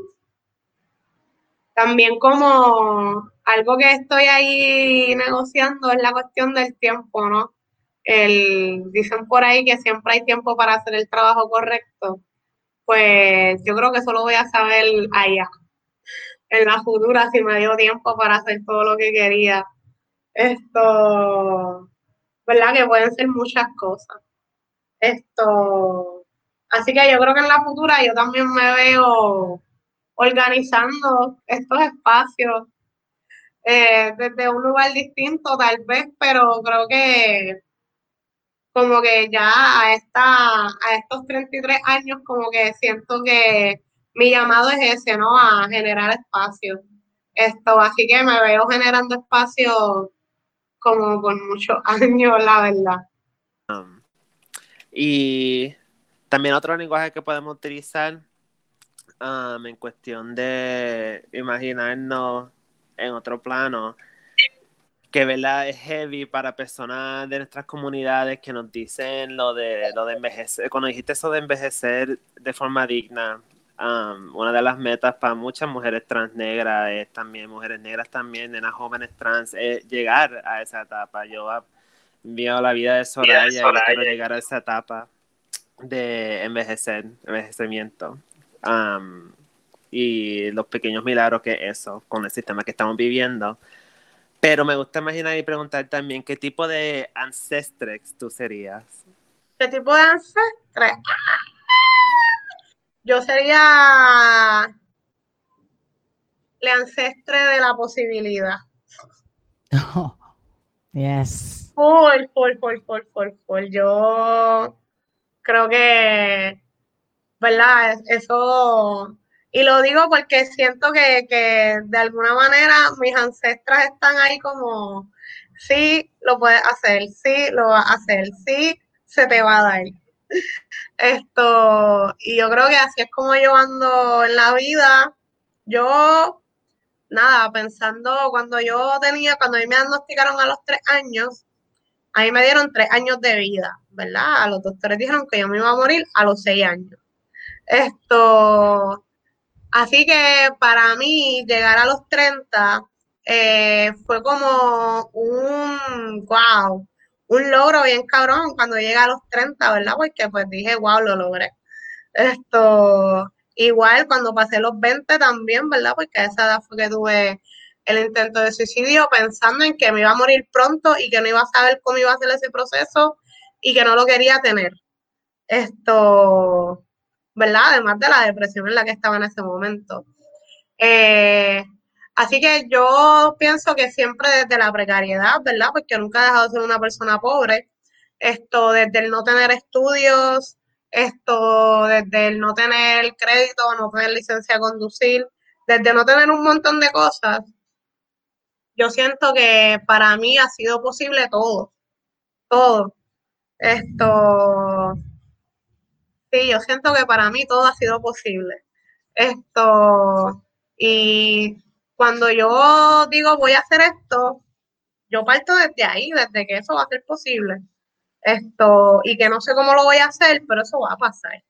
también como algo que estoy ahí negociando es la cuestión del tiempo, ¿no? El, dicen por ahí que siempre hay tiempo para hacer el trabajo correcto. Pues yo creo que eso lo voy a saber allá, en la futura, si me dio tiempo para hacer todo lo que quería. Esto, ¿verdad? Que pueden ser muchas cosas. Esto, así que yo creo que en la futura yo también me veo organizando estos espacios eh, desde un lugar distinto tal vez, pero creo que como que ya a esta, a estos treinta y tres años como que siento que mi llamado es ese, ¿no? A generar espacio. Esto, así que me veo generando espacio como por muchos años, la verdad. Um, y también otro lenguaje que podemos utilizar um, en cuestión de imaginarnos en otro plano, que verdad es heavy para personas de nuestras comunidades que nos dicen lo de lo de envejecer. Cuando dijiste eso de envejecer de forma digna, um, una de las metas para muchas mujeres trans negras es también, mujeres negras también, nenas jóvenes trans, es llegar a esa etapa. Yo veo la vida de Soraya y yo quiero llegar a esa etapa de envejecer, envejecimiento. Um, y los pequeños milagros que eso, con el sistema que estamos viviendo. Pero me gusta imaginar y preguntar también qué tipo de ancestrex tú serías. ¿Qué tipo de ancestre? Yo sería el ancestre de la posibilidad. Oh, yes. Full, full, full, full, full, full. Yo creo que, ¿verdad? Eso, y lo digo porque siento que, que de alguna manera mis ancestras están ahí como, sí, lo puedes hacer, sí, lo vas a hacer, sí, se te va a dar. Esto, y yo creo que así es como yo ando en la vida. Yo, nada, pensando cuando yo tenía, cuando a mí me diagnosticaron a los tres años, a mí me dieron tres años de vida, ¿verdad? A los doctores dijeron que yo me iba a morir a los seis años. Esto, así que para mí llegar a los treinta eh, fue como un, wow, un logro bien cabrón cuando llegué a los treinta, ¿verdad? Porque pues dije, wow, lo logré. Esto, igual cuando pasé los veinte también, ¿verdad? Porque a esa edad fue que tuve el intento de suicidio pensando en que me iba a morir pronto y que no iba a saber cómo iba a ser ese proceso y que no lo quería tener. Esto, ¿verdad? Además de la depresión en la que estaba en ese momento. Eh, así que yo pienso que siempre desde la precariedad, ¿verdad? Porque nunca he dejado de ser una persona pobre. Esto, desde el no tener estudios, esto, desde el no tener crédito, no tener licencia de conducir, desde no tener un montón de cosas, yo siento que para mí ha sido posible todo, todo. Esto, sí, yo siento que para mí todo ha sido posible. Esto, y cuando yo digo voy a hacer esto, yo parto desde ahí, desde que eso va a ser posible. Esto, y que no sé cómo lo voy a hacer, pero eso va a pasar.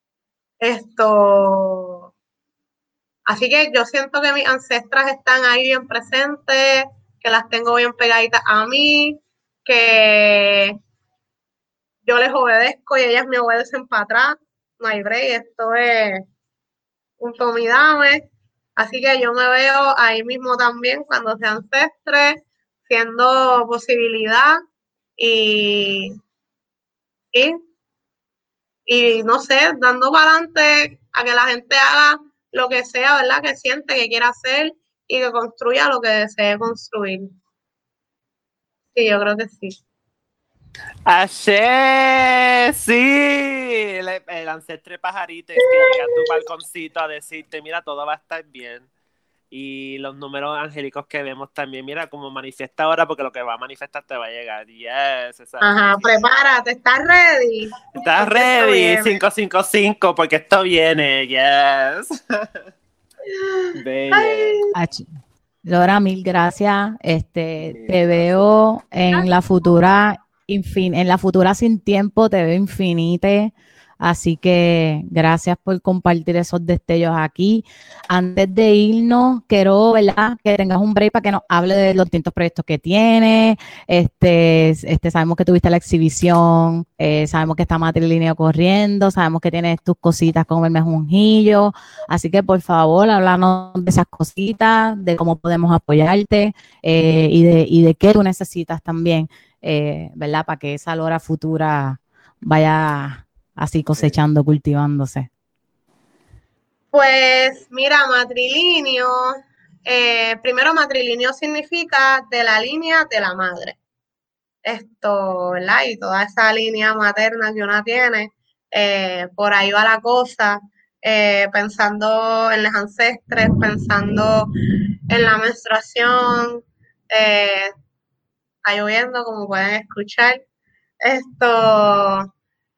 Esto, así que yo siento que mis ancestras están ahí bien presentes, que las tengo bien pegaditas a mí, que yo les obedezco y ellas me obedecen para atrás, no hay break, esto es un tome y dame. Así que yo me veo ahí mismo también cuando sea ancestre, siendo posibilidad y, y, y no sé, dando para adelante a que la gente haga lo que sea, ¿verdad? Que siente que quiera hacer y que construya lo que desee construir. Sí, yo creo que sí. ¡Ashe! ¡Sí! El, el ancestre pajarito es que llega a tu balconcito a decirte, mira, todo va a estar bien. Y los números angélicos que vemos también, mira, como manifiesta ahora, porque lo que va a manifestar te va a llegar. Yes, esa Ajá, prepárate, ¿estás ready? ¿Estás Porque esto ready? viene. cinco cinco cinco, porque esto viene. Yes. Bella. Ach- Laura, mil gracias. Este, Mil te gracias. veo en la futura, infin en la futura sin tiempo, te veo infinite. Así que gracias por compartir esos destellos aquí. Antes de irnos, quiero, ¿verdad?, que tengas un break para que nos hable de los distintos proyectos que tienes. Este, este, sabemos que tuviste la exhibición, eh, sabemos que está Matrilineo corriendo, sabemos que tienes tus cositas como el mejunjillo. Así que por favor, háblanos de esas cositas, de cómo podemos apoyarte eh, y, de, y de qué tú necesitas también, eh, ¿verdad? Para que esa Lora futura vaya así cosechando, cultivándose. Pues mira, matrilineo, eh, primero matrilineo significa de la línea de la madre. Esto, ¿verdad? Y toda esa línea materna que una tiene, eh, por ahí va la cosa, eh, pensando en los ancestres, pensando en la menstruación, eh, está lloviendo, como pueden escuchar. Esto,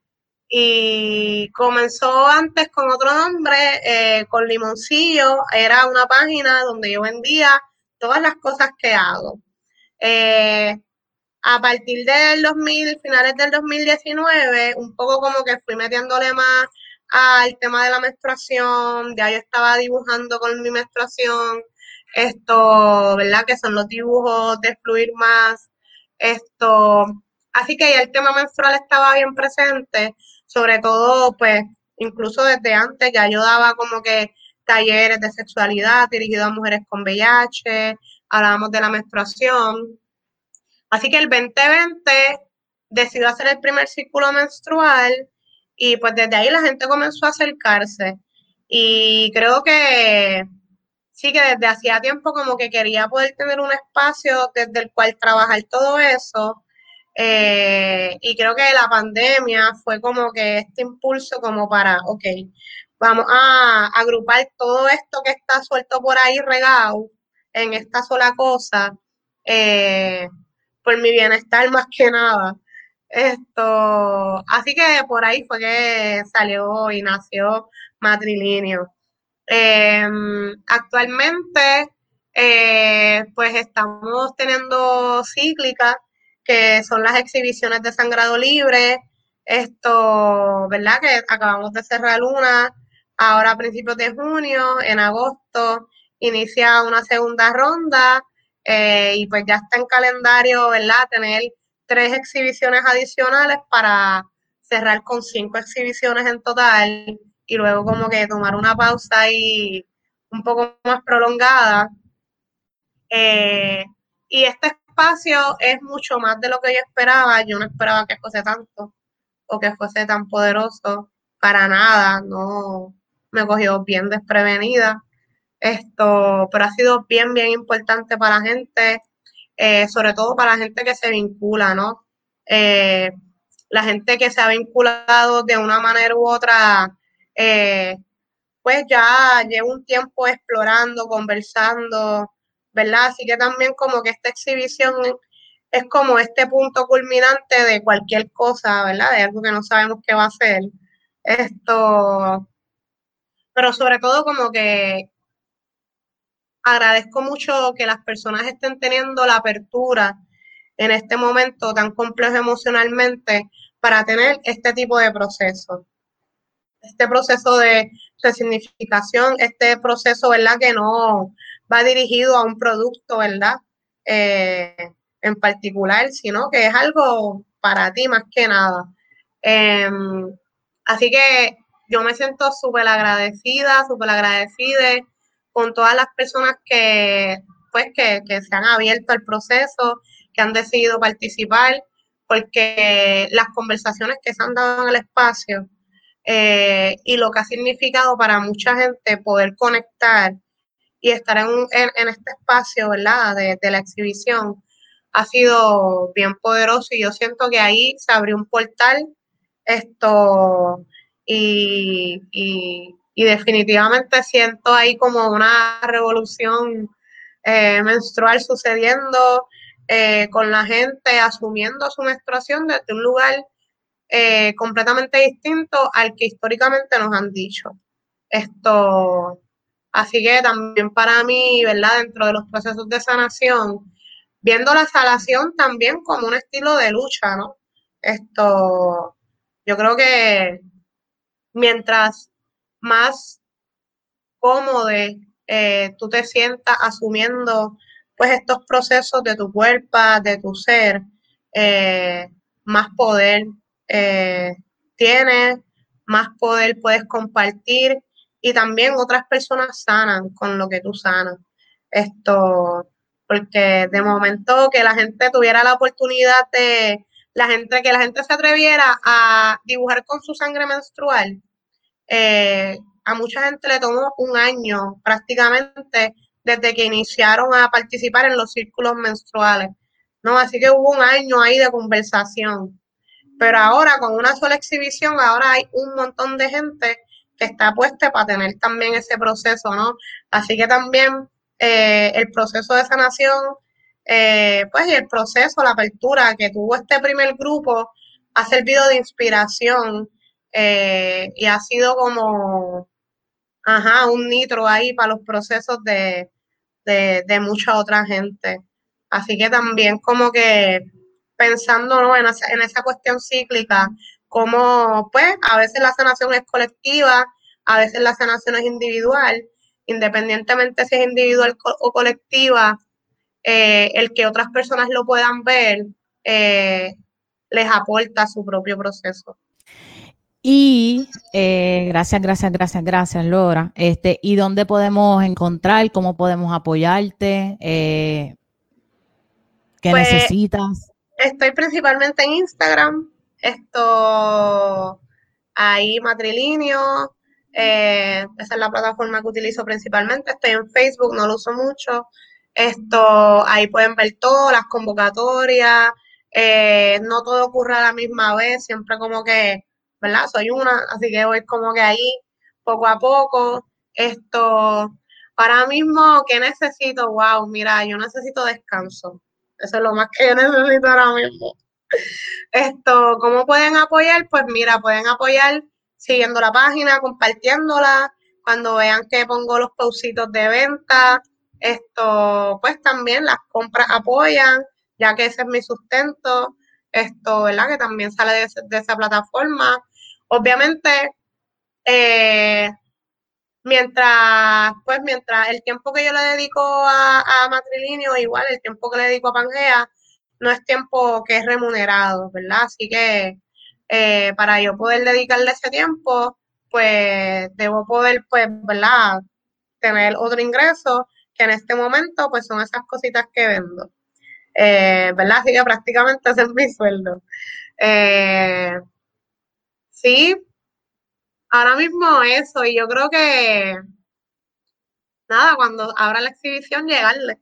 y comenzó antes con otro nombre, eh, con Limoncillo, era una página donde yo vendía todas las cosas que hago. Eh, a partir del dos mil, finales del dos mil diecinueve, un poco como que fui metiéndole más al tema de la menstruación, ya yo estaba dibujando con mi menstruación, esto, ¿verdad? Que son los dibujos de fluir más, esto, así que ya el tema menstrual estaba bien presente, sobre todo, pues, incluso desde antes, ya yo daba como que talleres de sexualidad dirigidos a mujeres con V I H, hablábamos de la menstruación. Así que el veinte veinte decidió hacer el primer círculo menstrual y pues desde ahí la gente comenzó a acercarse. Y creo que sí, que desde hacía tiempo como que quería poder tener un espacio desde el cual trabajar todo eso. Eh, y creo que la pandemia fue como que este impulso como para, ok, vamos a agrupar todo esto que está suelto por ahí regado en esta sola cosa, eh, por mi bienestar más que nada. Esto, así que por ahí fue que salió y nació Matrilineo. Eh, actualmente, eh, pues estamos teniendo cíclicas, que son las exhibiciones de sangrado libre. Esto, ¿verdad? Que acabamos de cerrar una, ahora a principios de junio, en agosto, inicia una segunda ronda, eh, y pues ya está en calendario, ¿verdad? Tener tres exhibiciones adicionales para cerrar con cinco exhibiciones en total y luego como que tomar una pausa ahí un poco más prolongada. Eh, y este espacio es mucho más de lo que yo esperaba. Yo no esperaba que fuese tanto o que fuese tan poderoso. Para nada, no me cogió bien desprevenida. Esto, pero ha sido bien, bien importante para la gente, eh, sobre todo para la gente que se vincula, ¿no? Eh, la gente que se ha vinculado de una manera u otra, eh, pues ya llevo un tiempo explorando, conversando, ¿verdad? Así que también como que esta exhibición es como este punto culminante de cualquier cosa, ¿verdad? De algo que no sabemos qué va a ser. Esto, pero sobre todo como que agradezco mucho que las personas estén teniendo la apertura en este momento tan complejo emocionalmente para tener este tipo de proceso. Este proceso de resignificación, este proceso, ¿verdad? Que no va dirigido a un producto, ¿verdad? Eh, en particular, sino que es algo para ti más que nada. Eh, así que yo me siento súper agradecida, súper agradecida con todas las personas que, pues, que, que se han abierto al proceso, que han decidido participar, porque las conversaciones que se han dado en el espacio eh, y lo que ha significado para mucha gente poder conectar y estar en, un, en, en este espacio, ¿verdad?, de, de la exhibición, ha sido bien poderoso y yo siento que ahí se abrió un portal esto y, y, y definitivamente siento ahí como una revolución eh, menstrual sucediendo eh, con la gente asumiendo su menstruación desde un lugar eh, completamente distinto al que históricamente nos han dicho. Esto, así que también para mí, ¿verdad? Dentro de los procesos de sanación, viendo la sanación también como un estilo de lucha, ¿no? Esto, yo creo que mientras más cómodo eh, tú te sientas asumiendo pues estos procesos de tu cuerpo, de tu ser, eh, más poder eh, tienes, más poder puedes compartir y también otras personas sanan con lo que tú sanas. Esto, porque de momento que la gente tuviera la oportunidad de, la gente, que la gente se atreviera a dibujar con su sangre menstrual, eh, a mucha gente le tomó un año prácticamente desde que iniciaron a participar en los círculos menstruales, ¿no? Así que hubo un año ahí de conversación. Pero ahora, con una sola exhibición, ahora hay un montón de gente que está puesta para tener también ese proceso, ¿no? Así que también eh, el proceso de sanación, eh, pues y el proceso, la apertura que tuvo este primer grupo ha servido de inspiración eh, y ha sido como, ajá, un nitro ahí para los procesos de, de, de mucha otra gente. Así que también como que pensando, ¿no?, en, esa, en esa cuestión cíclica, como pues a veces la sanación es colectiva, a veces la sanación es individual, independientemente si es individual o colectiva, eh, el que otras personas lo puedan ver eh, les aporta su propio proceso. Y eh, gracias, gracias, gracias, gracias, Laura. Este, ¿y dónde podemos encontrar? ¿Cómo podemos apoyarte? Eh, ¿Qué pues, necesitas? Estoy principalmente en Instagram. Esto, ahí Matrilinio. Eh, esa es la plataforma que utilizo principalmente. Estoy en Facebook, no lo uso mucho. Esto, ahí pueden ver todas las convocatorias. Eh, no todo ocurre a la misma vez, siempre como que, ¿verdad? Soy una, así que voy como que ahí poco a poco. Esto, ahora mismo, ¿qué necesito? Wow, mira, yo necesito descanso. Eso es lo más que yo necesito ahora mismo. Esto, ¿cómo pueden apoyar? Pues mira, pueden apoyar siguiendo la página, compartiéndola, cuando vean que pongo los pausitos de venta. Esto, pues también las compras apoyan, ya que ese es mi sustento. Esto, ¿verdad? Que también sale de, de esa plataforma. Obviamente, eh, mientras, pues mientras el tiempo que yo le dedico a, a Matrilinio, igual el tiempo que le dedico a Pangea, no es tiempo que es remunerado, ¿verdad? Así que eh, para yo poder dedicarle ese tiempo, pues debo poder, pues, ¿verdad?, tener otro ingreso, que en este momento, pues son esas cositas que vendo, eh, ¿verdad? Así que prácticamente ese es mi sueldo. Eh, sí, ahora mismo eso, y yo creo que nada, cuando abra la exhibición, llegarle.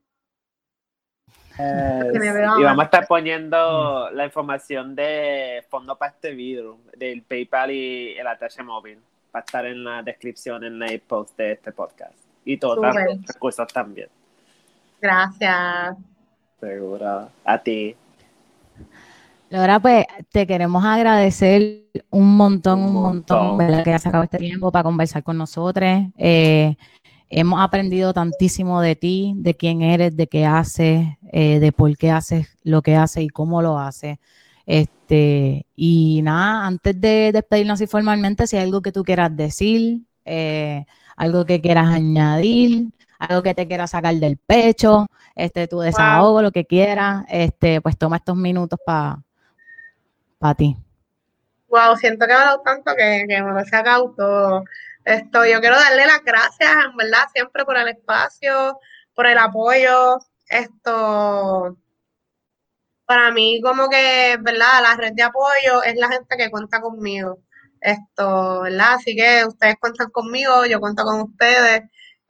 Yes. Y vamos a estar poniendo la información de fondo para este video, del PayPal y el atache móvil, para estar en la descripción, en el post de este podcast. Y todos los recursos también. Gracias. Seguro. A ti. Laura, pues te queremos agradecer un montón, un, un montón, montón, ¿verdad?, que has sacado este tiempo para conversar con nosotros. Eh, hemos aprendido tantísimo de ti, de quién eres, de qué haces, eh, de por qué haces lo que haces y cómo lo haces. Este, y nada, antes de despedirnos así formalmente, si hay algo que tú quieras decir, eh, algo que quieras añadir, algo que te quieras sacar del pecho, este, tu desahogo, wow, lo que quieras, este, pues toma estos minutos para pa ti. Wow, siento que he hablado tanto que, que me lo he sacado todo. Esto, yo quiero darle las gracias, en verdad, siempre por el espacio, por el apoyo. Esto, para mí, como que, ¿verdad? La red de apoyo es la gente que cuenta conmigo. Esto, ¿verdad? Así que ustedes cuentan conmigo, yo cuento con ustedes.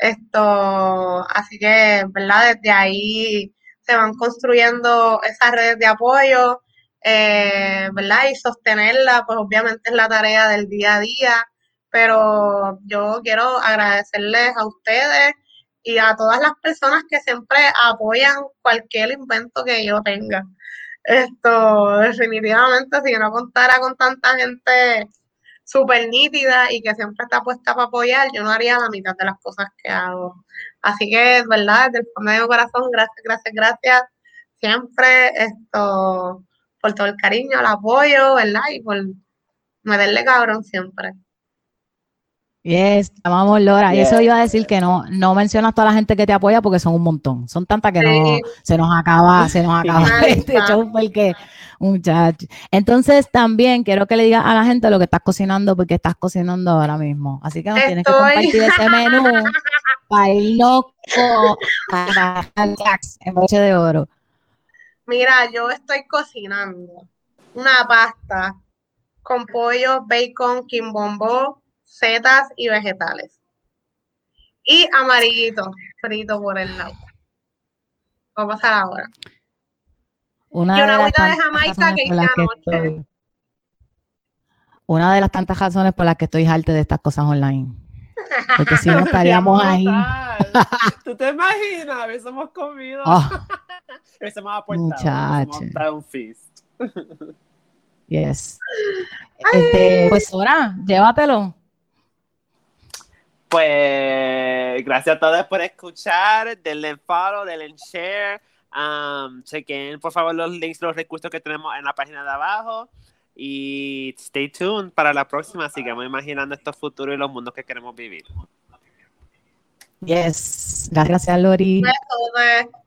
Esto, así que, ¿verdad? Desde ahí se van construyendo esas redes de apoyo, eh, ¿verdad? Y sostenerla, pues obviamente es la tarea del día a día, pero yo quiero agradecerles a ustedes y a todas las personas que siempre apoyan cualquier invento que yo tenga. Esto, definitivamente, si yo no contara con tanta gente súper nítida y que siempre está puesta para apoyar, yo no haría la mitad de las cosas que hago. Así que, verdad, desde el fondo de mi corazón, gracias, gracias, gracias, siempre, esto, por todo el cariño, el apoyo, ¿verdad? Y por meterle cabrón siempre. Yes, te amamos, Lora. Y eso Yeah. iba a decir que no, no mencionas toda la gente que te apoya porque son un montón. Son tantas que no Sí, se nos acaba, se nos acaba una este lista. show porque, muchacho. Entonces también quiero que le digas a la gente lo que estás cocinando porque estás cocinando ahora mismo. Así que nos tienes que Estoy, compartir ese menú para irnos con a Jax en broche de oro. mira, yo estoy cocinando una pasta con pollo, bacon, quimbombó, setas y vegetales. Y amarillito, frito por el lado. Vamos a pasar ahora. Una Y una de las agüita de tantas Jamaica razones que por hice las que anoche. estoy, una de las tantas razones por las que estoy harta de estas cosas online. Porque si no estaríamos ahí. ¿Tú te imaginas? Hubiésemos comido. Oh, Hubiésemos aportado. muchacho. Hubiésemos dado un feast. Yes. Este, pues ahora, llévatelo. Pues gracias a todos por escuchar. Denle follow, denle share. Um, chequen por favor los links, los recursos que tenemos en la página de abajo. Y stay tuned para la próxima. Sigamos imaginando estos futuros y los mundos que queremos vivir. Yes. Gracias, Lori. Besos,